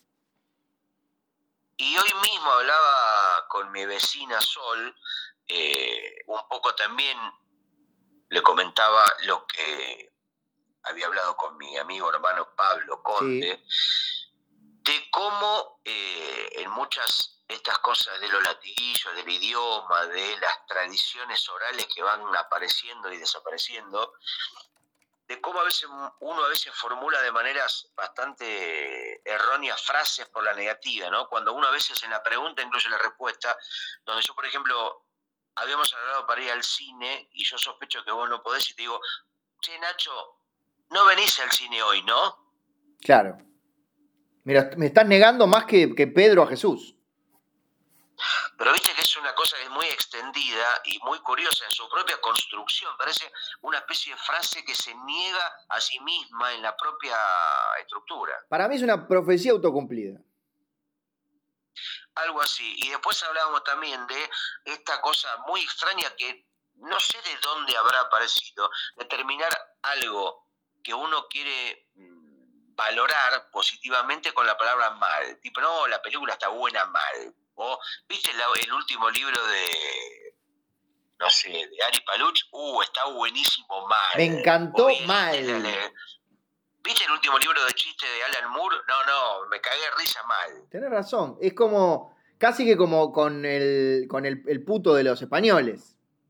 Y hoy mismo hablaba con mi vecina Sol, un poco también le comentaba lo que había hablado con mi amigo hermano Pablo Conde, de cómo en muchas estas cosas de los latiguillos, del idioma, de las tradiciones orales que van apareciendo y desapareciendo, de cómo uno a veces formula de maneras bastante erróneas frases por la negativa, ¿no? Cuando uno a veces en la pregunta incluye la respuesta, donde yo, por ejemplo, habíamos hablado para ir al cine y yo sospecho que vos no podés y te digo, che, Nacho, no venís al cine hoy, ¿no? Claro. Mira, me estás negando más que Pedro a Jesús. Pero viste que es una cosa que es muy extendida y muy curiosa en su propia construcción. Parece una especie de frase que se niega a sí misma en la propia estructura. Para mí es una profecía autocumplida. Algo así. Y después hablábamos también de esta cosa muy extraña que no sé de dónde habrá aparecido, de terminar algo que uno quiere valorar positivamente con la palabra mal. Tipo, no, la película está buena mal. O, ¿viste el último libro de, no sé, de Ari Paluch? Está buenísimo mal. Me encantó ¿Viste, mal. ¿Viste el último libro de chistes de Alan Moore? No, me cagué de risa mal. Tenés razón. Es como, casi que como con el puto de los españoles.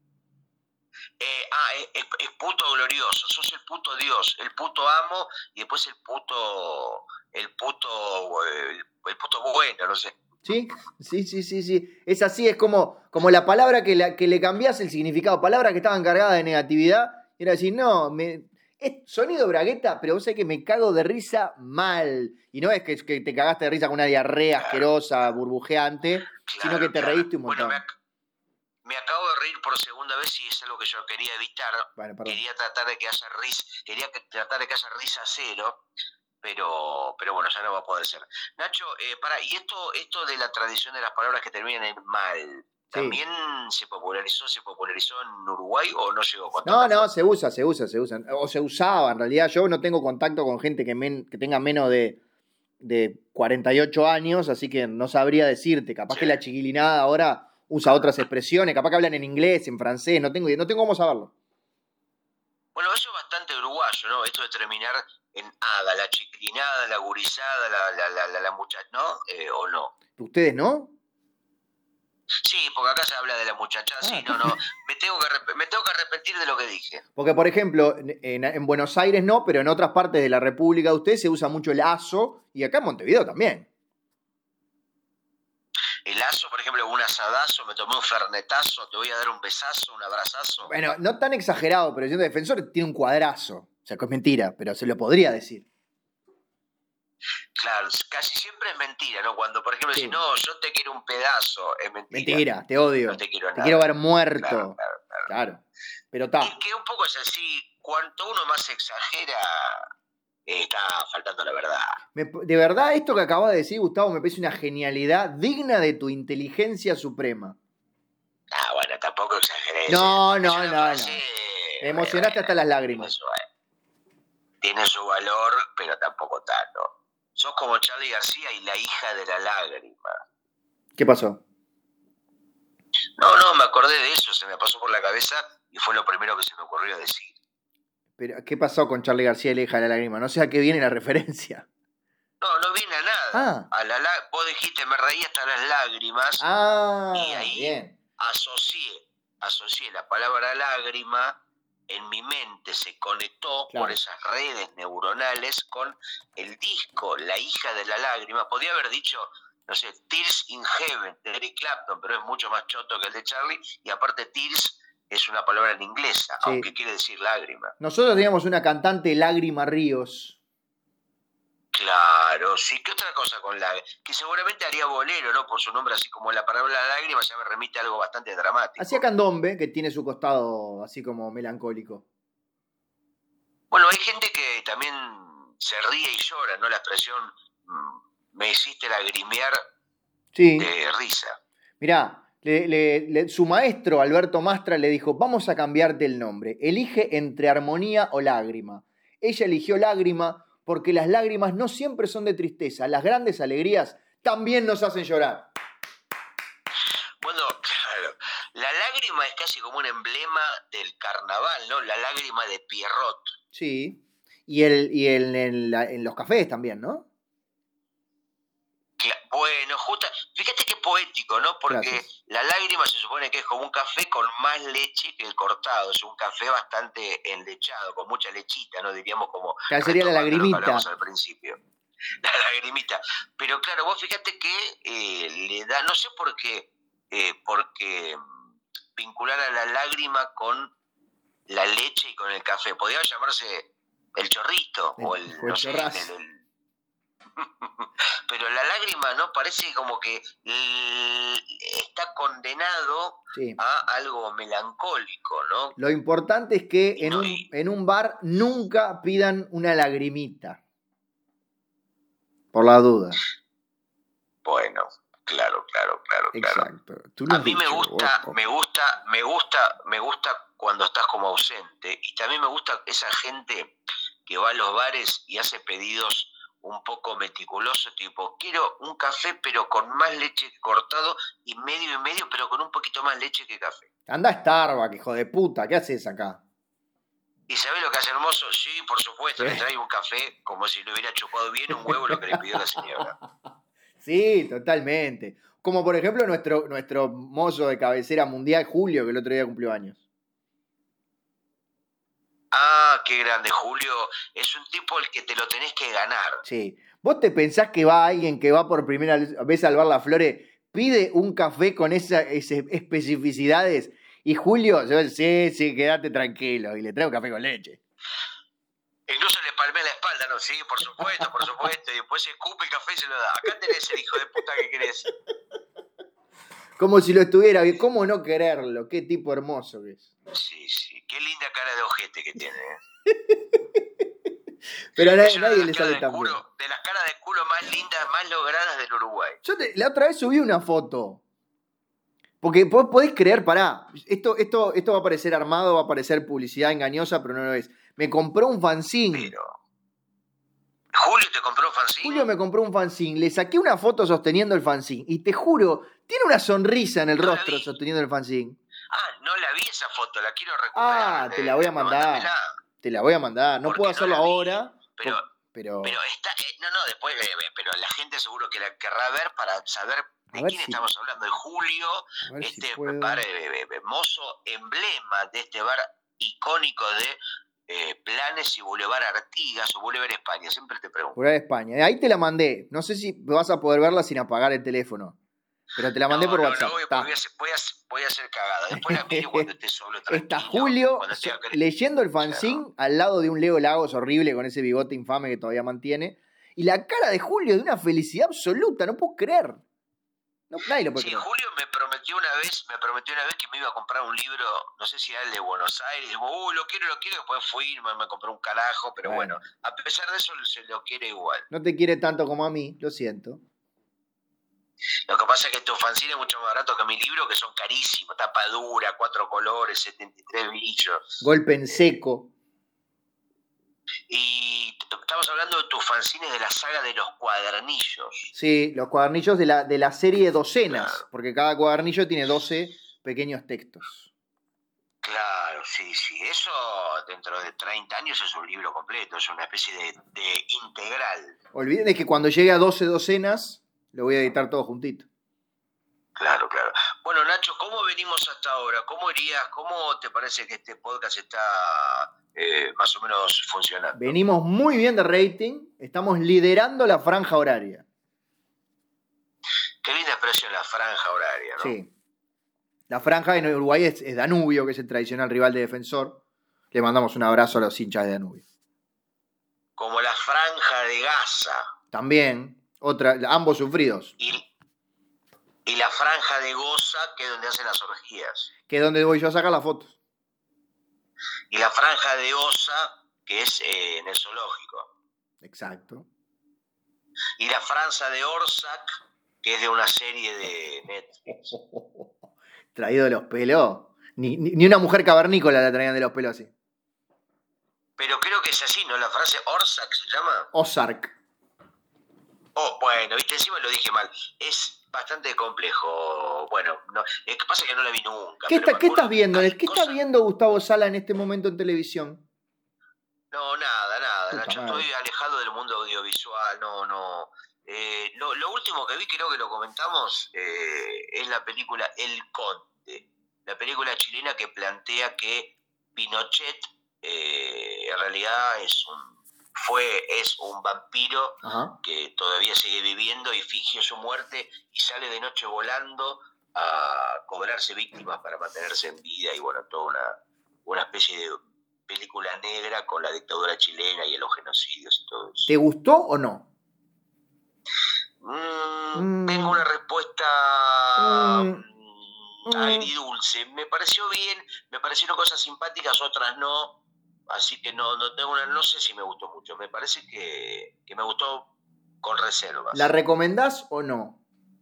Es puto glorioso, sos el puto Dios, el puto amo y después el puto bueno, no sé. ¿Sí? Sí. Es así, es como la palabra que le cambiás el significado. Palabras que estaban cargadas de negatividad. Era decir, no, es sonido bragueta, pero vos sabés que me cago de risa mal. Y no es que te cagaste de risa con una diarrea asquerosa, burbujeante, sino que te reíste un montón. Bueno, me acabo de reír por segunda vez y es algo que yo quería evitar. Bueno, quería tratar de que haya risa cero, pero bueno, ya no va a poder ser. Nacho, y esto de la tradición de las palabras que terminan en mal, ¿también se popularizó en Uruguay o no llegó con No, se usa. O se usaba, en realidad. Yo no tengo contacto con gente que tenga menos de 48 años, así que no sabría decirte. Capaz que la chiquilinada ahora usa otras expresiones, capaz que hablan en inglés, en francés, no tengo cómo saberlo. Bueno, eso es bastante uruguayo, ¿no? Esto de terminar en ada, la chiquilinada, la gurizada, la muchacha, ¿no? ¿O no? ¿Ustedes no? Sí, porque acá se habla de la muchacha, sí, no. Me tengo que arrepentir de lo que dije. Porque, por ejemplo, en Buenos Aires no, pero en otras partes de la República de ustedes se usa mucho el aso, y acá en Montevideo también. El aso, por ejemplo, un asadazo, me tomé un fernetazo, te voy a dar un besazo, un abrazazo. Bueno, no tan exagerado, pero siendo defensor tiene un cuadrazo. O sea, que es mentira, pero se lo podría decir. Claro, casi siempre es mentira, ¿no? Cuando, por ejemplo, si no, yo te quiero un pedazo, es mentira. Mentira, te odio. No te quiero nada. Te quiero ver muerto. Claro. Pero está. Y que un poco es así, cuanto uno más exagera, está faltando la verdad. De verdad, esto que acabas de decir, Gustavo, me parece una genialidad digna de tu inteligencia suprema. Bueno, tampoco exageré. No. Me emocionaste hasta las lágrimas. Tiene su valor, pero tampoco tanto. Sos como Charly García y la hija de la lágrima. ¿Qué pasó? No, me acordé de eso, se me pasó por la cabeza y fue lo primero que se me ocurrió decir. Pero, ¿qué pasó con Charly García y la hija de la lágrima? No sé a qué viene la referencia. No viene a nada. Vos dijiste, me reí hasta las lágrimas. Y ahí bien. asocié la palabra lágrima. En mi mente se conectó por esas redes neuronales con el disco La hija de la lágrima. Podía haber dicho, no sé, Tears in Heaven de Eric Clapton, pero es mucho más choto que el de Charlie. Y aparte Tears es una palabra en inglesa, aunque quiere decir lágrima. Nosotros teníamos una cantante, Lágrima Ríos. Claro, sí. ¿Qué otra cosa con lágrima? Que seguramente haría bolero, ¿no? Por su nombre, así como la palabra lágrima ya me remite a algo bastante dramático. Hacía candombe, que tiene su costado así como melancólico. Bueno, hay gente que también se ríe y llora, ¿no? La expresión me hiciste lagrimear de risa. Mirá, su maestro, Alberto Mastra, le dijo, vamos a cambiarte el nombre. Elige entre armonía o lágrima. Ella eligió lágrima porque las lágrimas no siempre son de tristeza. Las grandes alegrías también nos hacen llorar. Bueno, claro. La lágrima es casi como un emblema del carnaval, ¿no? La lágrima de Pierrot. Sí. Y en los cafés también, ¿no? Bueno, fíjate qué poético, ¿no? Porque la lágrima se supone que es como un café con más leche que el cortado. Es un café bastante enlechado, con mucha lechita, ¿no? Diríamos como... Sería la lagrimita. Lo que hablamos al principio. La lagrimita. Pero claro, vos fíjate que le da... No sé por qué, porque vincular a la lágrima con la leche y con el café. Podría llamarse el chorrito o el... chorrazo. pero la lágrima, ¿no? Parece como que está condenado Sí. a algo melancólico, ¿no? Lo importante es que Y no, y- en un bar nunca pidan una lagrimita. Por la duda. Bueno, claro. Exacto. Tú lo A has mí me dicho. gusta, me gusta cuando estás como ausente, y también me gusta esa gente que va a los bares y hace pedidos un poco meticulosos, tipo, quiero un café pero con más leche que cortado y medio, pero con un poquito más leche que café. Anda a Starbucks, hijo de puta. ¿Qué haces acá? ¿Y sabés lo que hace hermoso? Sí, por supuesto, Sí. le traigo un café como si le hubiera chupado bien un huevo lo que le pidió la señora. Sí, totalmente. Como por ejemplo nuestro mozo de cabecera mundial, Julio, que el otro día cumplió años. Ah, qué grande, Julio. Es un tipo el que te lo tenés que ganar. Sí. ¿Vos te pensás que va alguien que va por primera vez al bar Las Flores, pide un café con esas especificidades? Y Julio, se va a decir, sí, quédate tranquilo, y le traigo café con leche. Incluso le palmé la espalda, ¿no? Sí, por supuesto. Y después se escupe el café y se lo da. Acá tenés el hijo de puta que querés. Como si lo estuviera, ¿cómo no quererlo? Qué tipo hermoso que es. Sí. Qué linda cara de ojete que tiene, ¿eh? Pero a Es una nadie de le las sale caras de tan bien. culo, de las caras de culo más lindas, más logradas del Uruguay. La otra vez subí una foto. Porque vos podés creer, pará, esto va a parecer armado, va a parecer publicidad engañosa, pero no lo es. Me compró un fanzine. Pero... ¿Julio te compró un fanzine? Julio me compró un fanzine, le saqué una foto sosteniendo el fanzine y te juro, tiene una sonrisa en el No la rostro vi. sosteniendo el fanzine. Ah, no la vi esa foto, la quiero recuperar. Ah, te la voy a mandar. Mándamela. Te la voy a mandar. No Porque puedo no hacerlo la vi, ahora, pero pero está, no, después, pero la gente seguro que la querrá ver para saber A de ver quién si- estamos hablando. De Julio, a ver si este puedo. bar, mozo emblema de este bar icónico de Planes y Boulevard Artigas o Boulevard España, siempre te pregunto. Por España. Ahí te la mandé. No sé si vas a poder verla sin apagar el teléfono. Pero te la mandé por WhatsApp. Voy a hacer cagada. Después la miro cuando esté solo, tranquilo. Está Julio cuando esté leyendo el fanzine Claro. al lado de un Leo Lagos horrible con ese bigote infame que todavía mantiene. Y la cara de Julio de una felicidad absoluta, no puedo creer. No, nadie lo puede Sí, creer. Julio me prometió una vez que me iba a comprar un libro, no sé si era el de Buenos Aires, digo, lo quiero, después fui, me compré un carajo, pero bueno, a pesar de eso se lo quiere igual. No te quiere tanto como a mí, lo siento. Lo que pasa es que tu fanzine es mucho más barato que mi libro, que son carísimos, tapa dura, 4 colores, 73 brillos. Golpe en seco. Y estamos hablando de tus fanzines de la saga de los cuadernillos. Sí, los cuadernillos de la serie Docenas, Claro. porque cada cuadernillo tiene 12 pequeños textos. Claro, sí, eso dentro de 30 años es un libro completo, es una especie de integral. Olviden de que cuando llegue a 12 docenas, lo voy a editar todo juntito. Claro. Bueno, Nacho, ¿cómo venimos hasta ahora? ¿Cómo te parece que este podcast está más o menos funcionando? Venimos muy bien de rating, estamos liderando la franja horaria. Qué linda expresión, la franja horaria, ¿no? Sí. La franja en Uruguay es Danubio, que es el tradicional rival de Defensor. Le mandamos un abrazo a los hinchas de Danubio. Como la franja de Gaza. También, ambos sufridos. Y la franja de Goza, que es donde hacen las orgías. Que es donde voy yo a sacar las fotos. Y la franja de Osa, que es en el zoológico. Exacto. Y la franja de Orsac, que es de una serie de Netflix. Traído de los pelos. Ni una mujer cavernícola la traían de los pelos así. Pero creo que es así, ¿no? La frase Orsac se llama. Ozark. Oh, bueno, viste, encima lo dije mal. Es bastante complejo. Bueno, no, lo que pasa es que no la vi nunca. ¿Qué estás viendo? ¿Qué está cosas... viendo Gustavo Sala en este momento en televisión? No, nada, Puta Nacho. madre. Estoy alejado del mundo audiovisual, no. Lo último que vi, creo que lo comentamos, es la película El Conde. La película chilena que plantea que Pinochet en realidad es un vampiro. Ajá. Que todavía sigue viviendo y fingió su muerte y sale de noche volando a cobrarse víctimas para mantenerse en vida y bueno, toda una especie de película negra con la dictadura chilena y los genocidios y todo eso. ¿Te gustó o no? Tengo una respuesta Mm, agridulce. Me pareció bien, me parecieron cosas simpáticas, otras no. Así que no tengo no sé si me gustó mucho. Me parece que me gustó con reservas. ¿La recomendás o no?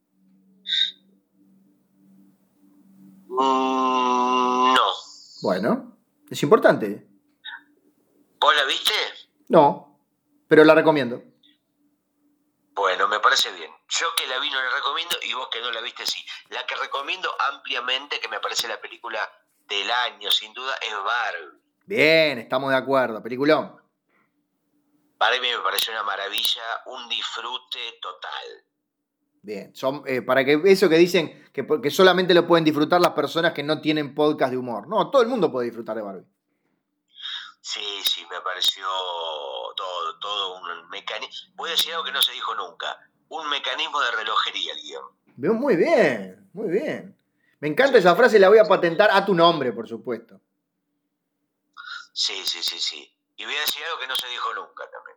No. Bueno, es importante. ¿Vos la viste? No, pero la recomiendo. Bueno, me parece bien. Yo que la vi no la recomiendo y vos que no la viste sí. La que recomiendo ampliamente, que me parece la película del año, sin duda, es Barbie. Bien, estamos de acuerdo. Peliculón. Barbie me pareció una maravilla, un disfrute total. Bien, para que eso que dicen que solamente lo pueden disfrutar las personas que no tienen podcast de humor. No, todo el mundo puede disfrutar de Barbie. Sí, me pareció todo un mecanismo. Voy a decir algo que no se dijo nunca. Un mecanismo de relojería el guión. Veo muy bien, muy bien. Me encanta esa frase, la voy a patentar a tu nombre, por supuesto. Sí. Y voy a decir algo que no se dijo nunca también.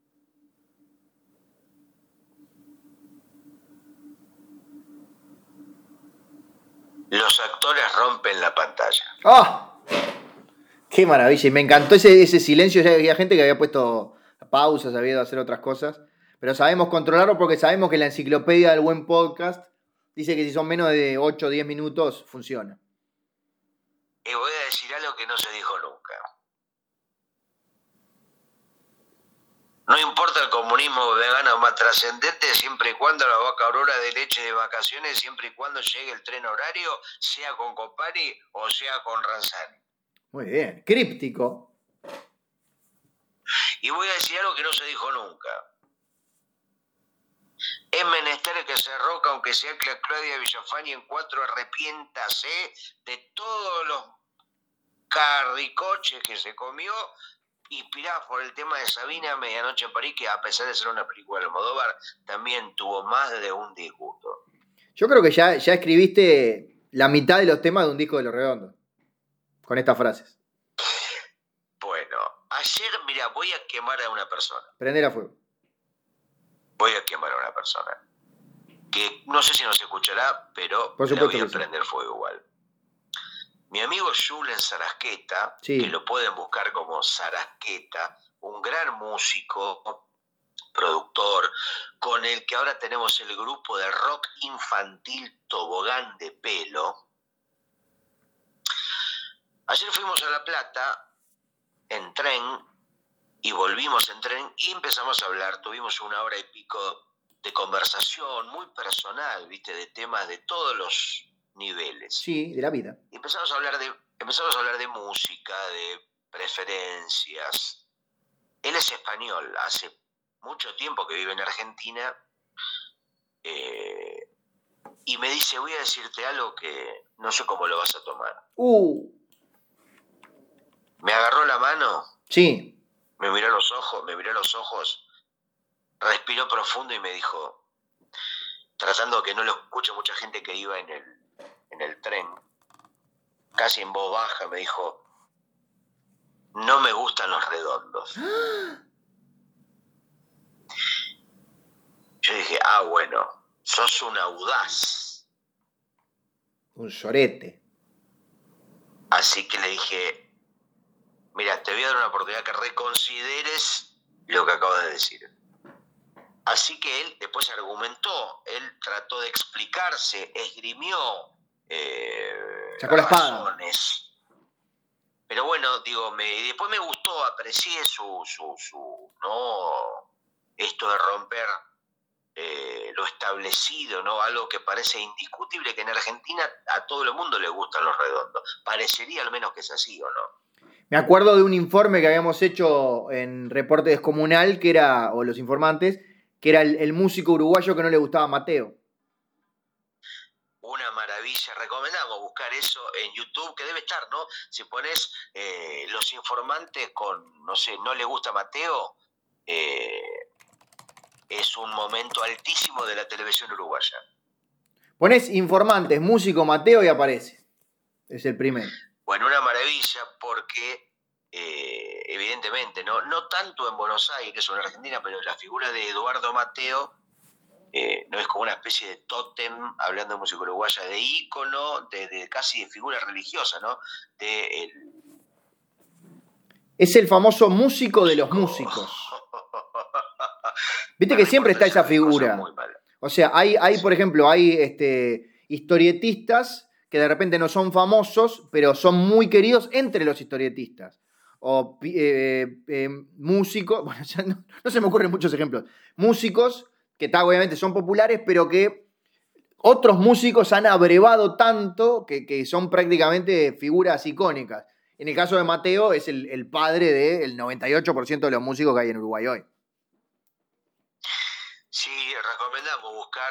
Los actores rompen la pantalla. ¡Ah! ¡Qué maravilla! Y me encantó ese silencio. Ya había gente que había puesto pausas, había ido a hacer otras cosas. Pero sabemos controlarlo porque sabemos que la enciclopedia del buen podcast dice que si son menos de 8 o 10 minutos, funciona. Y voy a decir algo que no se dijo nunca. No importa el comunismo vegano más trascendente, siempre y cuando la vaca aurora de leche de vacaciones, siempre y cuando llegue el tren horario, sea con Copani o sea con Ranzani. Muy bien. Críptico. Y voy a decir algo que no se dijo nunca. Es menester que se roca, aunque sea Claudia Villafañe en 4, arrepiéntase de todos los carricoches que se comió, inspirada por el tema de Sabina, Medianoche en París, que a pesar de ser una película de Almodóvar, también tuvo más de un disgusto. Yo creo que ya escribiste la mitad de los temas de un disco de Los Redondos. Con estas frases. Bueno, ayer, mira, voy a quemar a una persona. Prender a fuego. Voy a quemar a una persona. Que no sé si nos escuchará, pero Por le supuesto voy a que sí. prender fuego igual. Mi amigo Julen Sarasqueta, Sí. que lo pueden buscar como Sarasqueta, un gran músico, productor, con el que ahora tenemos el grupo de rock infantil Tobogán de Pelo. Ayer fuimos a La Plata en tren y volvimos en tren y empezamos a hablar. Tuvimos 1 hora y pico de conversación muy personal, ¿viste? De temas de todos los niveles. Sí, de la vida. Y empezamos a hablar de música, de preferencias. Él es español, hace mucho tiempo que vive en Argentina, y me dice, voy a decirte algo que no sé cómo lo vas a tomar. Me agarró la mano, Sí. me miró a los ojos, respiró profundo y me dijo, tratando de que no lo escuche mucha gente que iba en el tren, casi en voz baja, me dijo, no me gustan los redondos. Yo dije, bueno, sos un audaz. Un sorete. Así que le dije, mira, te voy a dar una oportunidad que reconsideres lo que acabo de decir. Así que él después argumentó, él trató de explicarse, esgrimió Sacó la espada. razones. Pero bueno, digo, después me gustó, aprecié su no, esto de romper lo establecido, ¿no? Algo que parece indiscutible, que en Argentina a todo el mundo le gustan los redondos. Parecería al menos que es así, ¿o no? Me acuerdo de un informe que habíamos hecho en Reporte Descomunal, que era, o Los Informantes, que era el músico uruguayo que no le gustaba Mateo. Una maravilla, recomendamos buscar eso en YouTube, que debe estar, ¿no? Si pones Los Informantes con, no sé, no le gusta Mateo, es un momento altísimo de la televisión uruguaya. Ponés Informantes, músico Mateo y aparece. Es el primero. Bueno, una maravilla porque evidentemente, no tanto en Buenos Aires o en Argentina, pero la figura de Eduardo Mateo no es como una especie de tótem, hablando de música uruguaya, de ícono, de casi de figura religiosa, ¿no? Es el famoso músico de los músicos. Viste que siempre está esa figura. O sea, hay por ejemplo, hay historietistas que de repente no son famosos, pero son muy queridos entre los historietistas. O músicos, bueno, ya no se me ocurren muchos ejemplos. Músicos que obviamente son populares, pero que otros músicos han abrevado tanto que son prácticamente figuras icónicas. En el caso de Mateo, es el padre del 98% de los músicos que hay en Uruguay hoy. Sí, recomendamos buscar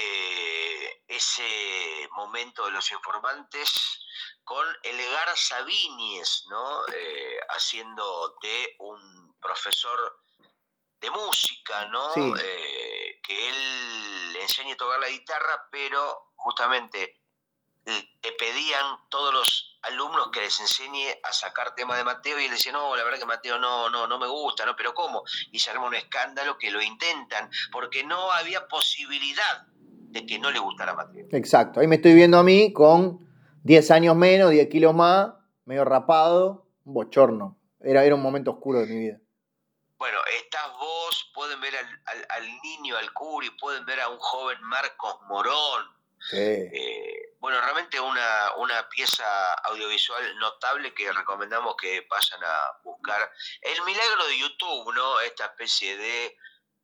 ese momento de Los Informantes con el Garza Viñes, ¿no? Haciendo de un profesor de música, ¿no? Sí. Que él le enseñe a tocar la guitarra, pero justamente le pedían todos los alumnos que les enseñe a sacar temas de Mateo y él decía, no, la verdad que Mateo no me gusta, ¿no? Pero ¿cómo? Y se arma un escándalo que lo intentan, porque no había posibilidad de que no le gustara a Mateo. Exacto, ahí me estoy viendo a mí con 10 años menos, 10 kilos más, medio rapado, un bochorno. Era un momento oscuro de mi vida. Bueno, estás vos, pueden ver al niño, al Curi, pueden ver a un joven Marcos Morón. Sí. Bueno, realmente una pieza audiovisual notable que recomendamos que vayan a buscar. El milagro de YouTube, ¿no? Esta especie de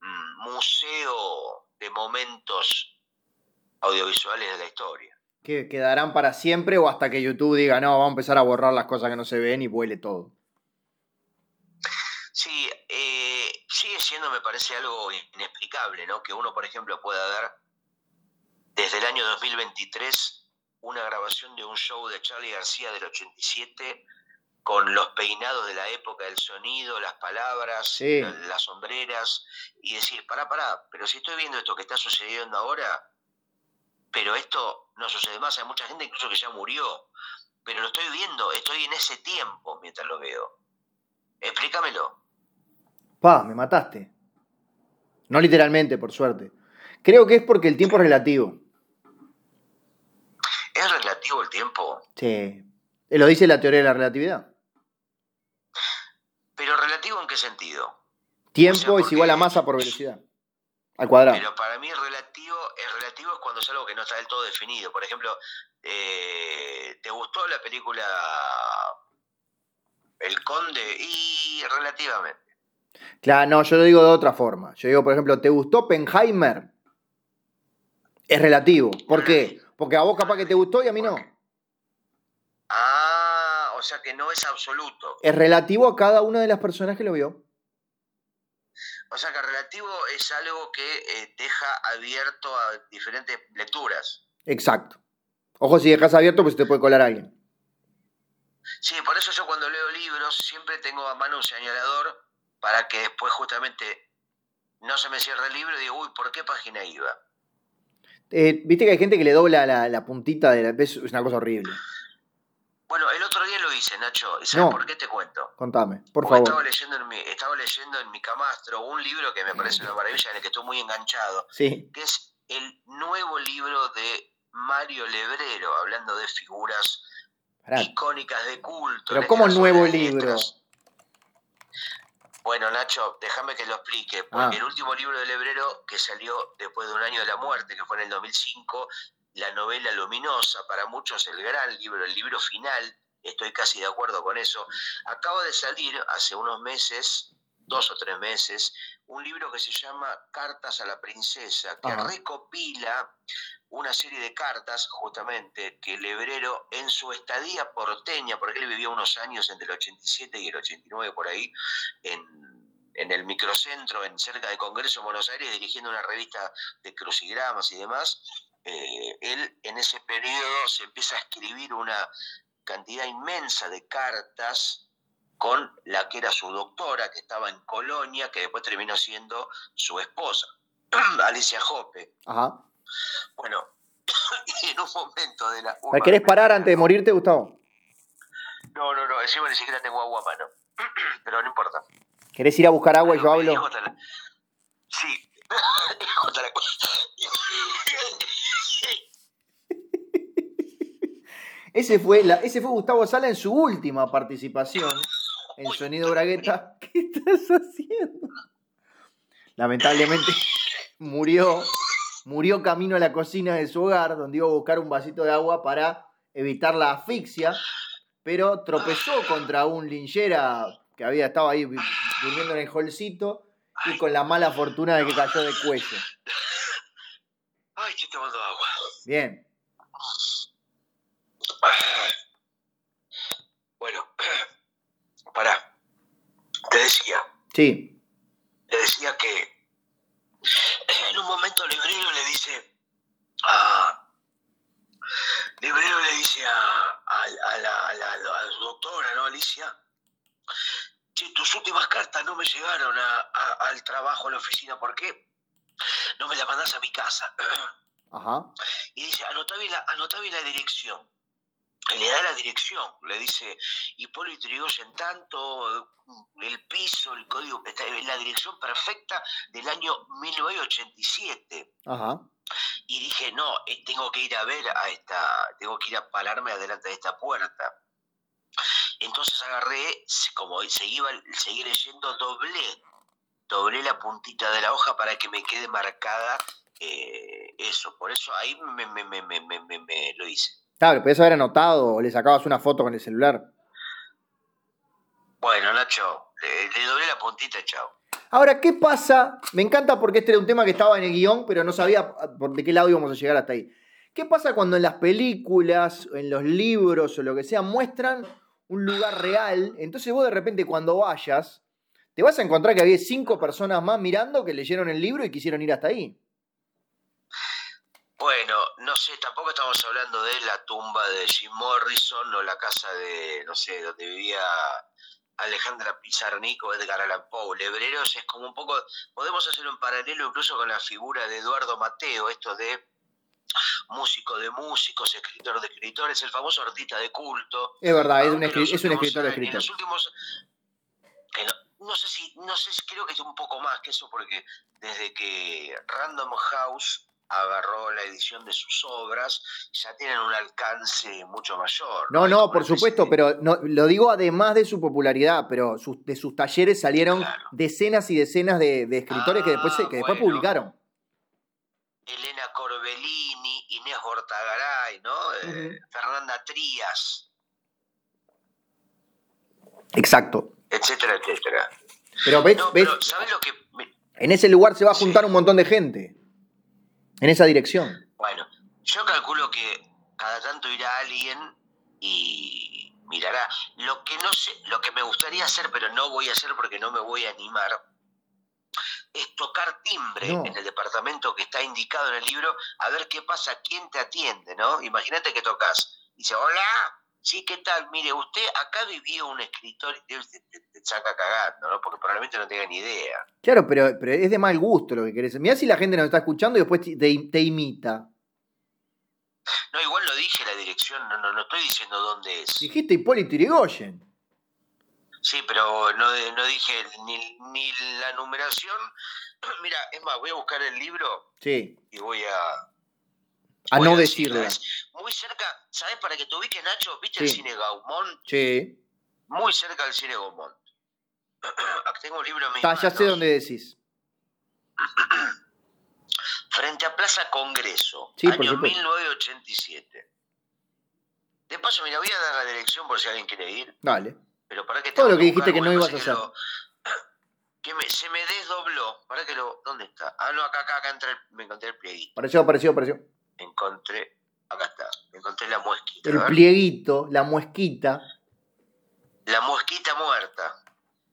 museo de momentos audiovisuales de la historia. Que quedarán para siempre o hasta que YouTube diga, no, vamos a empezar a borrar las cosas que no se ven y vuele todo. Sí, sigue siendo, me parece, algo inexplicable, ¿no? Que uno, por ejemplo, pueda ver desde el año 2023 una grabación de un show de Charly García del 87 con los peinados de la época, del sonido, las palabras, sí, las sombreras, y decir, pará, pero si estoy viendo esto que está sucediendo ahora, pero esto no sucede más, hay mucha gente incluso que ya murió, pero lo estoy viendo, estoy en ese tiempo mientras lo veo. Explícamelo. Me mataste. No literalmente, por suerte. Creo que es porque el tiempo es relativo. ¿Es relativo el tiempo? Sí. Lo dice la teoría de la relatividad. ¿Pero relativo en qué sentido? Tiempo es igual a masa por velocidad. Al cuadrado. Pero para mí relativo es cuando es algo que no está del todo definido. Por ejemplo, ¿te gustó la película El Conde? Y relativamente. Claro, no, yo lo digo de otra forma. Yo digo, por ejemplo, ¿te gustó Oppenheimer? Es relativo. ¿Por qué? Porque a vos capaz que te gustó y a mí no. Ah, o sea que no es absoluto. Es relativo a cada una de las personas que lo vio. O sea que relativo es algo que deja abierto a diferentes lecturas. Exacto. Ojo, si dejas abierto, pues se te puede colar alguien. Sí, por eso yo cuando leo libros siempre tengo a mano un señalador para que después justamente no se me cierre el libro y digo, uy, ¿por qué página iba? Viste que hay gente que le dobla la puntita de la... Es una cosa horrible. Bueno, el otro día lo hice, Nacho. ¿Y sabes por qué te cuento? Contame, por favor. Estaba leyendo en mi camastro un libro que me parece una maravilla, en el que estoy muy enganchado. Sí. Que es el nuevo libro de Mario Lebrero, hablando de figuras icónicas de culto. Pero ¿cómo nuevo libro? Bueno, Nacho, déjame que lo explique, porque el último libro de Lebrero, que salió después de un año de la muerte, que fue en el 2005, la novela luminosa, para muchos el gran libro, el libro final, estoy casi de acuerdo con eso, acaba de salir hace unos meses, 2 o 3 meses, un libro que se llama Cartas a la Princesa, que recopila una serie de cartas, justamente, que Lebrero en su estadía porteña, porque él vivió unos años entre el 87 y el 89 por ahí, en el microcentro, cerca de Congreso en Buenos Aires, dirigiendo una revista de crucigramas y demás. Él en ese periodo se empieza a escribir una cantidad inmensa de cartas con la que era su doctora, que estaba en Colonia, que después terminó siendo su esposa, Alicia Jope. Ajá. Bueno, en un momento de la... ¿Me querés parar antes de morirte, Gustavo? No, encima ni siquiera tengo agua a mano, pero no importa. ¿Querés ir a buscar agua y yo hablo? Sí, Ese fue Gustavo Sala en su última participación en Sonido Bragueta. ¿Qué estás haciendo? Lamentablemente murió camino a la cocina de su hogar, donde iba a buscar un vasito de agua para evitar la asfixia, pero tropezó contra un linchera que estaba ahí durmiendo en el holcito y con la mala fortuna de que cayó de cuello. Ay, estoy tomando agua. Bien. Bueno, pará. Te decía. Sí. Le decía que en un momento Librero le dice a la doctora, ¿no, Alicia? Che, tus últimas cartas no me llegaron al trabajo, a la oficina. ¿Por qué? No me las mandás a mi casa. Ajá. Y dice, anotá bien la dirección. Le da la dirección, le dice Hipólito Yrigoyen tanto, el piso, el código, está en la dirección perfecta del año 1987. Ajá. Y dije, no, tengo que ir a ver tengo que ir a pararme adelante de esta puerta. Entonces agarré, como seguí leyendo, doblé la puntita de la hoja para que me quede marcada eso. Por eso ahí me lo hice. Claro, podías haber anotado o le sacabas una foto con el celular. Bueno, Nacho, le doblé la puntita, chao. Ahora, ¿qué pasa? Me encanta porque este era un tema que estaba en el guión, pero no sabía de qué lado íbamos a llegar hasta ahí. ¿Qué pasa cuando en las películas, en los libros o lo que sea, muestran un lugar real? Entonces vos de repente cuando vayas, te vas a encontrar que había 5 personas más mirando que leyeron el libro y quisieron ir hasta ahí. Bueno, no sé, tampoco estamos hablando de la tumba de Jim Morrison o la casa de, no sé, donde vivía Alejandra Pizarnik o Edgar Allan Poe. Lebreros es como un poco, podemos hacerlo en paralelo incluso con la figura de Eduardo Mateo, esto de músico de músicos, escritor de escritores, el famoso artista de culto. Es verdad, es un escritor de escritores. En los últimos, no sé si creo que es un poco más que eso, porque desde que Random House agarró la edición de sus obras, ya tienen un alcance mucho mayor. No, por supuesto, pero no, lo digo además de su popularidad, pero de sus talleres salieron decenas y decenas de escritores que después publicaron. Elena Corbellini, Inés Bortagaray, ¿no? Fernanda Trías. Exacto. Etcétera, etcétera. Pero ves, ¿sabes lo que...? En ese lugar se va a juntar un montón de gente. En esa dirección. Bueno, yo calculo que cada tanto irá alguien y mirará. Lo que no sé, lo que me gustaría hacer, pero no voy a hacer porque no me voy a animar, es tocar timbre en el departamento que está indicado en el libro, a ver qué pasa, quién te atiende, ¿no? Imagínate que tocas. Dice, hola, sí, ¿qué tal? Mire, usted, acá vivía un escritor y te saca cagando, ¿no? Porque probablemente no tenga ni idea. Claro, pero es de mal gusto lo que querés. Mirá si la gente nos está escuchando y después te imita. No, igual lo dije la dirección, no estoy diciendo dónde es. Dijiste Hipólito Yrigoyen. Sí, pero no dije ni la numeración. Mira, es más, voy a buscar el libro. Sí. Y voy a no decirlo. Muy cerca, ¿sabes? Para que te ubiques, Nacho, ¿viste el cine Gaumont? Sí. Muy cerca del cine Gaumont. Tengo un libro en mis manos. Ya sé dónde decís. Frente a Plaza Congreso, sí, año 1987. De paso, mira, voy a dar la dirección por si alguien quiere ir. Dale. Pero para que todo lo que dijiste que no ibas a hacer. Se me desdobló. ¿Para que ¿dónde está? No, acá me encontré el plieguito. Apareció. Acá está. Me encontré la muesquita. El plieguito, la muesquita. La muesquita muerta.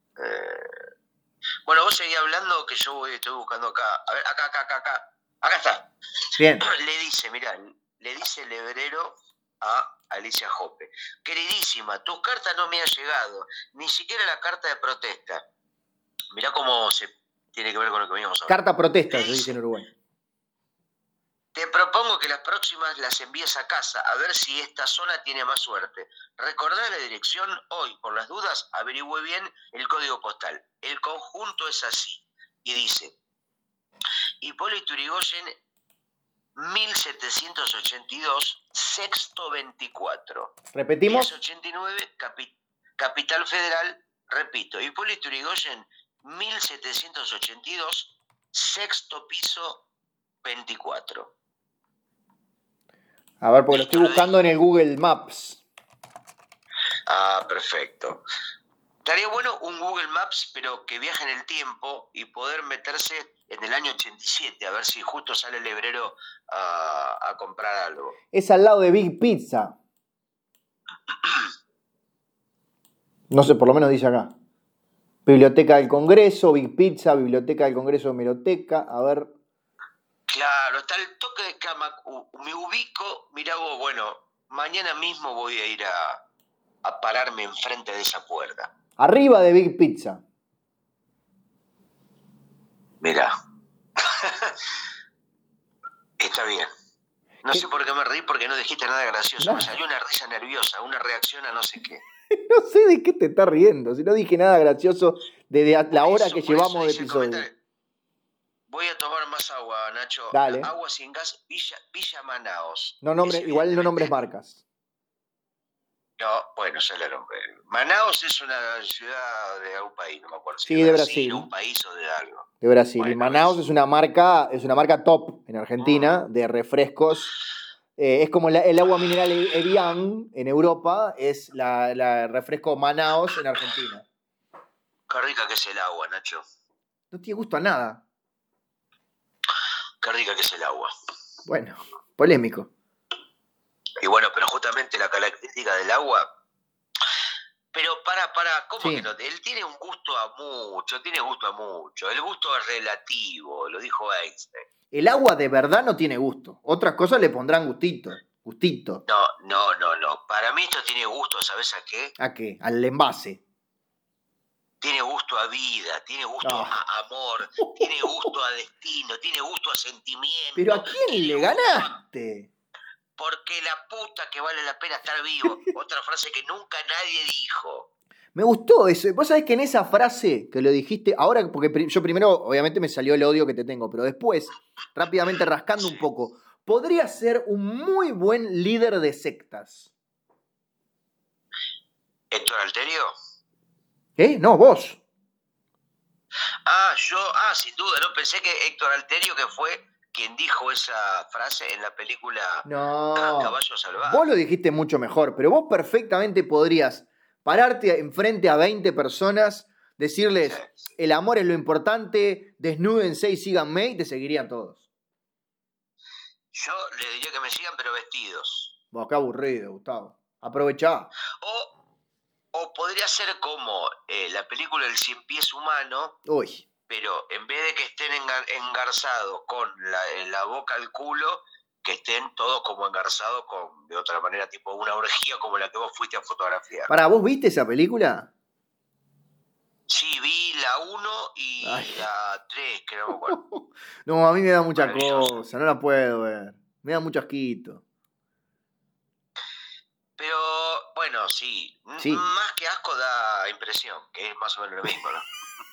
Bueno, vos seguís hablando que yo estoy buscando acá. A ver, acá. Acá está. Bien. Le dice Lebrero a Alicia Jope: queridísima, tus cartas no me han llegado, ni siquiera la carta de protesta. Mirá cómo se tiene que ver con lo que veníamos hablando. Carta protesta, se dice en Uruguay. Te propongo que las próximas las envíes a casa, a ver si esta zona tiene más suerte. Recordá la dirección hoy, por las dudas, averigüe bien el código postal. El conjunto es así. Y dice: Hipólito Yrigoyen, 1782, sexto 24. ¿Repetimos? 1089, Capital Federal, repito. Hipólito Yrigoyen, 1782, sexto piso 24. A ver, porque lo estoy buscando en el Google Maps. Ah, perfecto. Estaría bueno un Google Maps, pero que viaje en el tiempo y poder meterse en el año 87, a ver si justo sale el hebrero a comprar algo. Es al lado de Big Pizza. No sé, por lo menos dice acá. Biblioteca del Congreso, Big Pizza, Biblioteca del Congreso, Hemeroteca. A ver. Claro, está el toque de cama. Me ubico, mirá vos, bueno, mañana mismo voy a ir a pararme enfrente de esa puerta. Arriba de Big Pizza. Mirá. Está bien. No sé por qué me reí, porque no dijiste nada gracioso. Me salió una risa nerviosa, una reacción a no sé qué. No sé de qué te estás riendo. Si no dije nada gracioso desde la hora que llevamos de episodio. Voy a tomar más agua, Nacho. Dale. Agua sin gas, Villa Manaos. No igual no nombres marcas. No, bueno, ya la nombré. Manaos es una ciudad de algún país, no me acuerdo si sí, de Brasil. Un país o de algo. De Brasil. Bueno, y Manaos es una marca top en Argentina de refrescos. Es como el agua mineral Evian en Europa, es la refresco Manaos en Argentina. Qué rica que es el agua, Nacho. No tiene gusto a nada. Qué rica que es el agua. Bueno, polémico. Y bueno, pero justamente la característica del agua. Pero ¿cómo sí. Que no? Él tiene un gusto a mucho, El gusto es relativo, lo dijo Einstein. El agua de verdad no tiene gusto. Otras cosas le pondrán gustito. No. Para mí esto tiene gusto, ¿sabes a qué? ¿A qué? Al envase. Tiene gusto a vida, tiene gusto a amor, tiene gusto a destino, tiene gusto a sentimiento. ¿Pero a quién le ganaste? Porque la puta que vale la pena estar vivo. Otra frase que nunca nadie dijo. Me gustó eso. Vos sabés que en esa frase que lo dijiste, ahora, porque yo primero, obviamente me salió el odio que te tengo, pero después, rápidamente rascando un poco, podría ser un muy buen líder de sectas. ¿Héctor Alterio? No, vos. Sin duda, no pensé que Héctor Alterio, que fue quien dijo esa frase en la película Caballo Salvaje. Vos lo dijiste mucho mejor, pero vos perfectamente podrías pararte enfrente a 20 personas, decirles, el amor es lo importante, desnúdense y síganme, y te seguirían todos. Yo les diría que me sigan, pero vestidos. Vos, qué aburrido, Gustavo. Aprovechá. O podría ser como la película El Cien Pies Humano. Uy. Pero en vez de que estén engarzados con la boca al culo, que estén todos como engarzados de otra manera, tipo una orgía como la que vos fuiste a fotografiar. ¿Vos viste esa película? Sí, vi la 1 y la 3, creo. Bueno. No, a mí me da mucha cosa, no la puedo ver. Me da mucho asquito. Pero, bueno, sí. Más que asco da impresión, que es más o menos lo mismo, ¿no?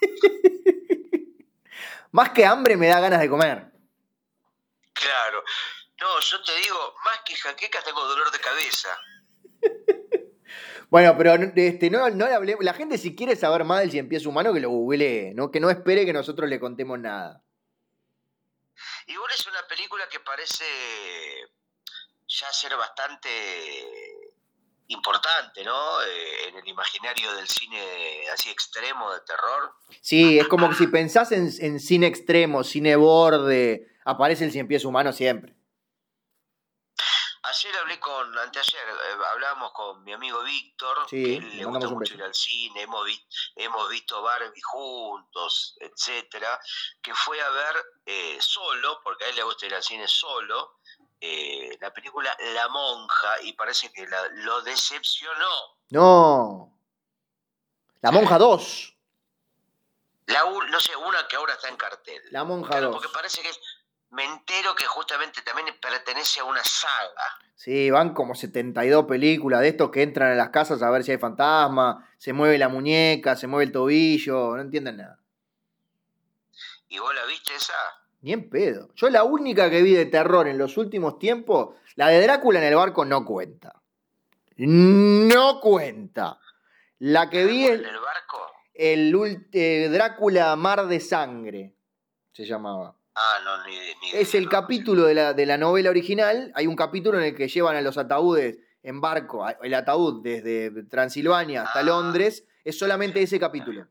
Más que hambre me da ganas de comer. Claro. No, yo te digo, más que jaqueca tengo dolor de cabeza. Bueno, pero no le hablemos. La gente, si quiere saber más del Cien Pies Humano, que lo googlee, ¿no? Que no espere que nosotros le contemos nada. Igual es una película que parece ya ser bastante importante, ¿no? En el imaginario del cine así extremo de terror. Sí, es como que si pensás en cine extremo, cine borde, aparece el Cien Pies Humano siempre. Anteayer hablábamos con mi amigo Víctor, que él le gusta mucho ir al cine, hemos visto Barbie juntos, etcétera, que fue a ver solo, porque a él le gusta ir al cine solo, la película La Monja, y parece que lo decepcionó. No. La Monja 2. No sé, una que ahora está en cartel. La Monja 2. Porque parece que me entero que justamente también pertenece a una saga. Sí, van como 72 películas de estos que entran a las casas a ver si hay fantasma, se mueve la muñeca, se mueve el tobillo, no entienden nada. ¿Y vos la viste esa? Ni en pedo. Yo la única que vi de terror en los últimos tiempos, la de Drácula en el barco no cuenta. No cuenta. La que vi ¿En el barco? Drácula Mar de Sangre se llamaba. Ah, no, ni Es el capítulo de la novela original. Hay un capítulo en el que llevan a los ataúdes en barco, el ataúd desde Transilvania hasta Londres. Es solamente ese capítulo.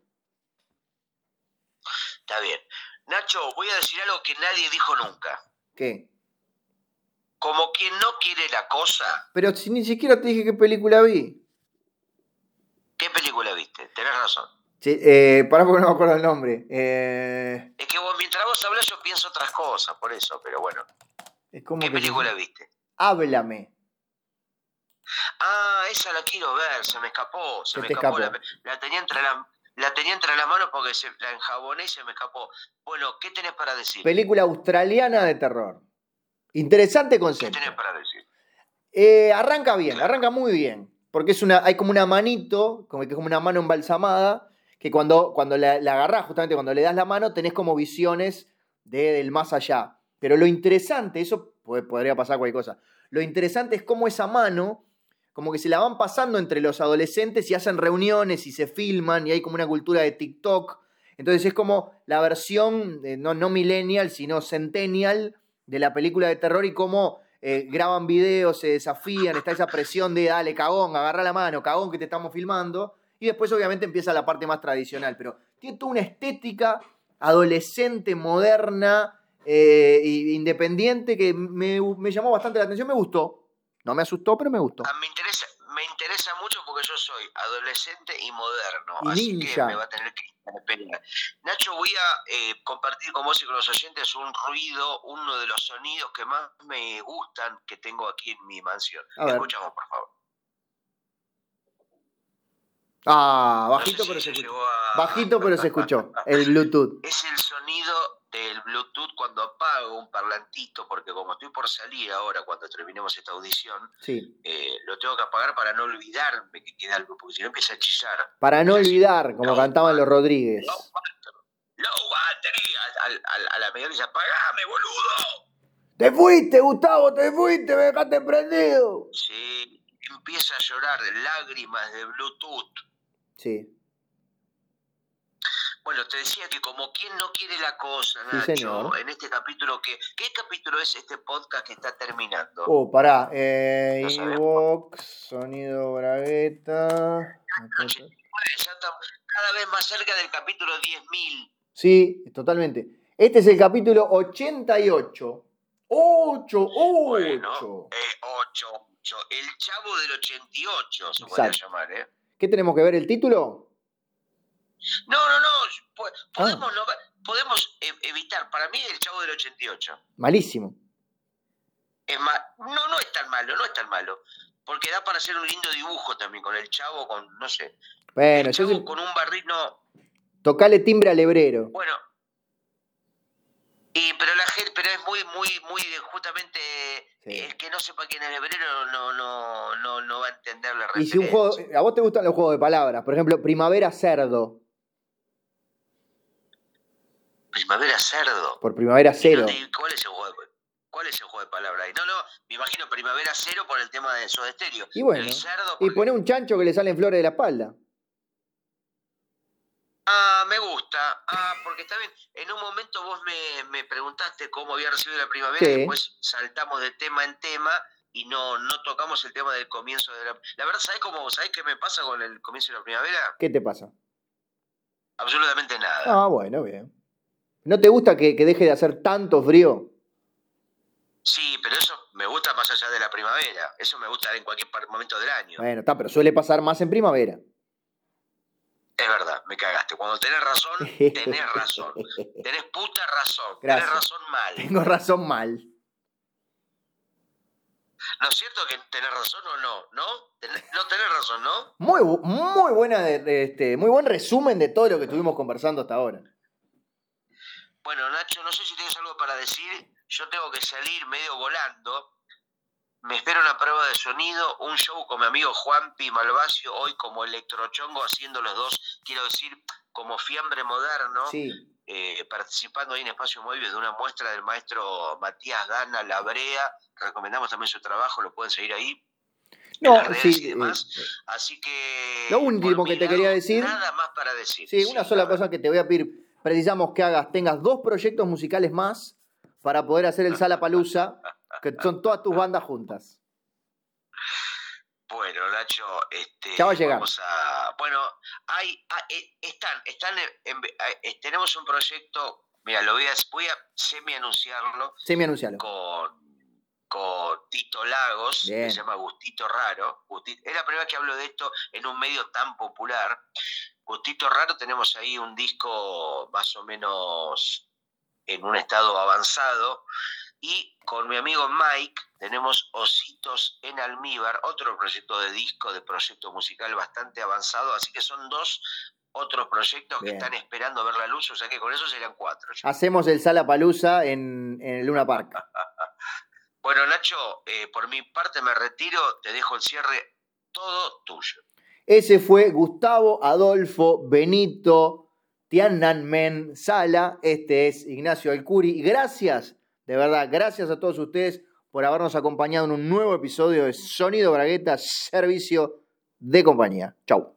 Está bien. Nacho, voy a decir algo que nadie dijo nunca. ¿Qué? Como quien no quiere la cosa. Pero si ni siquiera te dije qué película vi. ¿Qué película viste? Tenés razón. Sí, pará porque no me acuerdo el nombre. Es que mientras vos hablas yo pienso otras cosas, por eso, pero bueno. ¿Qué película viste? Háblame. Ah, esa la quiero ver, se me escapó. La tenía entre las manos porque la enjaboné y se me escapó. Bueno, ¿qué tenés para decir? Película australiana de terror. Interesante concepto. ¿Qué tenés para decir? Arranca bien, arranca muy bien. Porque hay como una manito, que es como una mano embalsamada, que cuando la agarrás, justamente cuando le das la mano, tenés como visiones del más allá. Pero lo interesante, eso podría pasar cualquier cosa. Lo interesante es cómo esa mano, como que se la van pasando entre los adolescentes y hacen reuniones y se filman y hay como una cultura de TikTok. Entonces es como la versión, no millennial, sino centennial de la película de terror y cómo graban videos, se desafían, está esa presión de dale, cagón, agarra la mano, cagón que te estamos filmando. Y después obviamente empieza la parte más tradicional, pero tiene toda una estética adolescente, moderna, independiente que me llamó bastante la atención, me gustó. No me asustó, pero me gustó. Me interesa mucho porque yo soy adolescente y moderno, y así ninja. Que me va a tener que pelear. Nacho, voy a compartir con vos y con los oyentes uno de los sonidos que más me gustan que tengo aquí en mi mansión. Escuchamos, por favor. Bajito, pero se escuchó. Bajito, pero se escuchó. El Bluetooth. Es el sonido del Bluetooth cuando apago un parlantito, porque como estoy por salir ahora, cuando terminemos esta audición, sí. Lo tengo que apagar para no olvidarme que queda algo, porque si no empieza a chillar. Para no olvidar, como cantaban los Rodríguez. Low battery, a la media dice, apagame, boludo. Te fuiste, Gustavo, te fuiste, me dejaste prendido. Sí, empieza a llorar lágrimas de Bluetooth. Sí. Bueno, te decía que como quien no quiere la cosa, sí, Nacho, señor. En este capítulo, ¿qué capítulo es este podcast que está terminando? Pará, iVoox, Sonido Bragueta. Ya estamos cada vez más cerca del capítulo 10.000. Sí, totalmente. Este es el capítulo 88. 8. Bueno, 8. El Chavo del 88 se puede llamar, ¿eh? ¿Qué tenemos que ver, el título? No. Podemos evitar. Para mí, el Chavo del 88. Malísimo. Es no es tan malo. Porque da para hacer un lindo dibujo también con el Chavo, no sé. Bueno, el Chavo con un barril, no. Tocale timbre al hebrero. Bueno. Pero la gente, pero es muy justamente sí. El que no sepa quién es el hebrero no va a entender la referencia. Y si a vos te gustan los juegos de palabras, por ejemplo, primavera cerdo. Primavera cerdo. Por primavera cero. ¿Cuál es el juego de palabras ahí? No, me imagino primavera cero por el tema de Soda Stereo. Y bueno, y poné un chancho que le salen flores de la espalda. Me gusta. Porque está bien. En un momento vos me preguntaste cómo había recibido la primavera, sí. Y después saltamos de tema en tema y no tocamos el tema del comienzo de la verdad, ¿sabés qué me pasa con el comienzo de la primavera? ¿Qué te pasa? Absolutamente nada. Bueno, bien. ¿No te gusta que deje de hacer tanto frío? Sí, pero eso me gusta más allá de la primavera. Eso me gusta en cualquier momento del año. Bueno, pero suele pasar más en primavera. Es verdad, me cagaste. Cuando tenés razón, tenés razón. Tenés puta razón. Gracias. Tenés razón mal. Tengo razón mal. ¿No es cierto que tenés razón o no? ¿No? No tenés razón, ¿no? Muy buena, muy buen resumen de todo lo que estuvimos conversando hasta ahora. Bueno, Nacho, no sé si tienes algo para decir. Yo tengo que salir medio volando. Me espera una prueba de sonido, un show con mi amigo Juanpi Malvasio, hoy como electrochongo, haciendo los dos, quiero decir, como fiambre moderno, Sí. participando ahí en Espacio Moebius de una muestra del maestro Matías Dana Labrea. Recomendamos también su trabajo, lo pueden seguir ahí en No, las redes sí. y demás. Así que Lo último que te quería decir. Nada más para decir. Sí, una sola cosa que te voy a pedir. Precisamos que tengas 2 proyectos musicales más para poder hacer el Salapalooza, que son todas tus bandas juntas. Bueno, Nacho, ya va a llegar. Bueno, tenemos un proyecto, mira, voy a semi-anunciarlo. Semi-anuncialo. Con Tito Lagos, Bien. que se llama Gustito Raro. Es la primera vez que hablo de esto en un medio tan popular. Gustito Raro, tenemos ahí un disco más o menos en un estado avanzado. Y con mi amigo Mike tenemos Ositos en Almíbar, otro proyecto de disco, de proyecto musical bastante avanzado. Así que son 2 otros proyectos Bien. que están esperando ver la luz, o sea que con eso serían 4. Hacemos el Salapalooza en el Luna Park. Bueno, Nacho, por mi parte me retiro, te dejo el cierre, todo tuyo. Ese fue Gustavo Adolfo Benito Tiananmen Sala. Este es Ignacio Alcuri. Gracias, de verdad, gracias a todos ustedes por habernos acompañado en un nuevo episodio de Sonido Bragueta, servicio de compañía. Chau.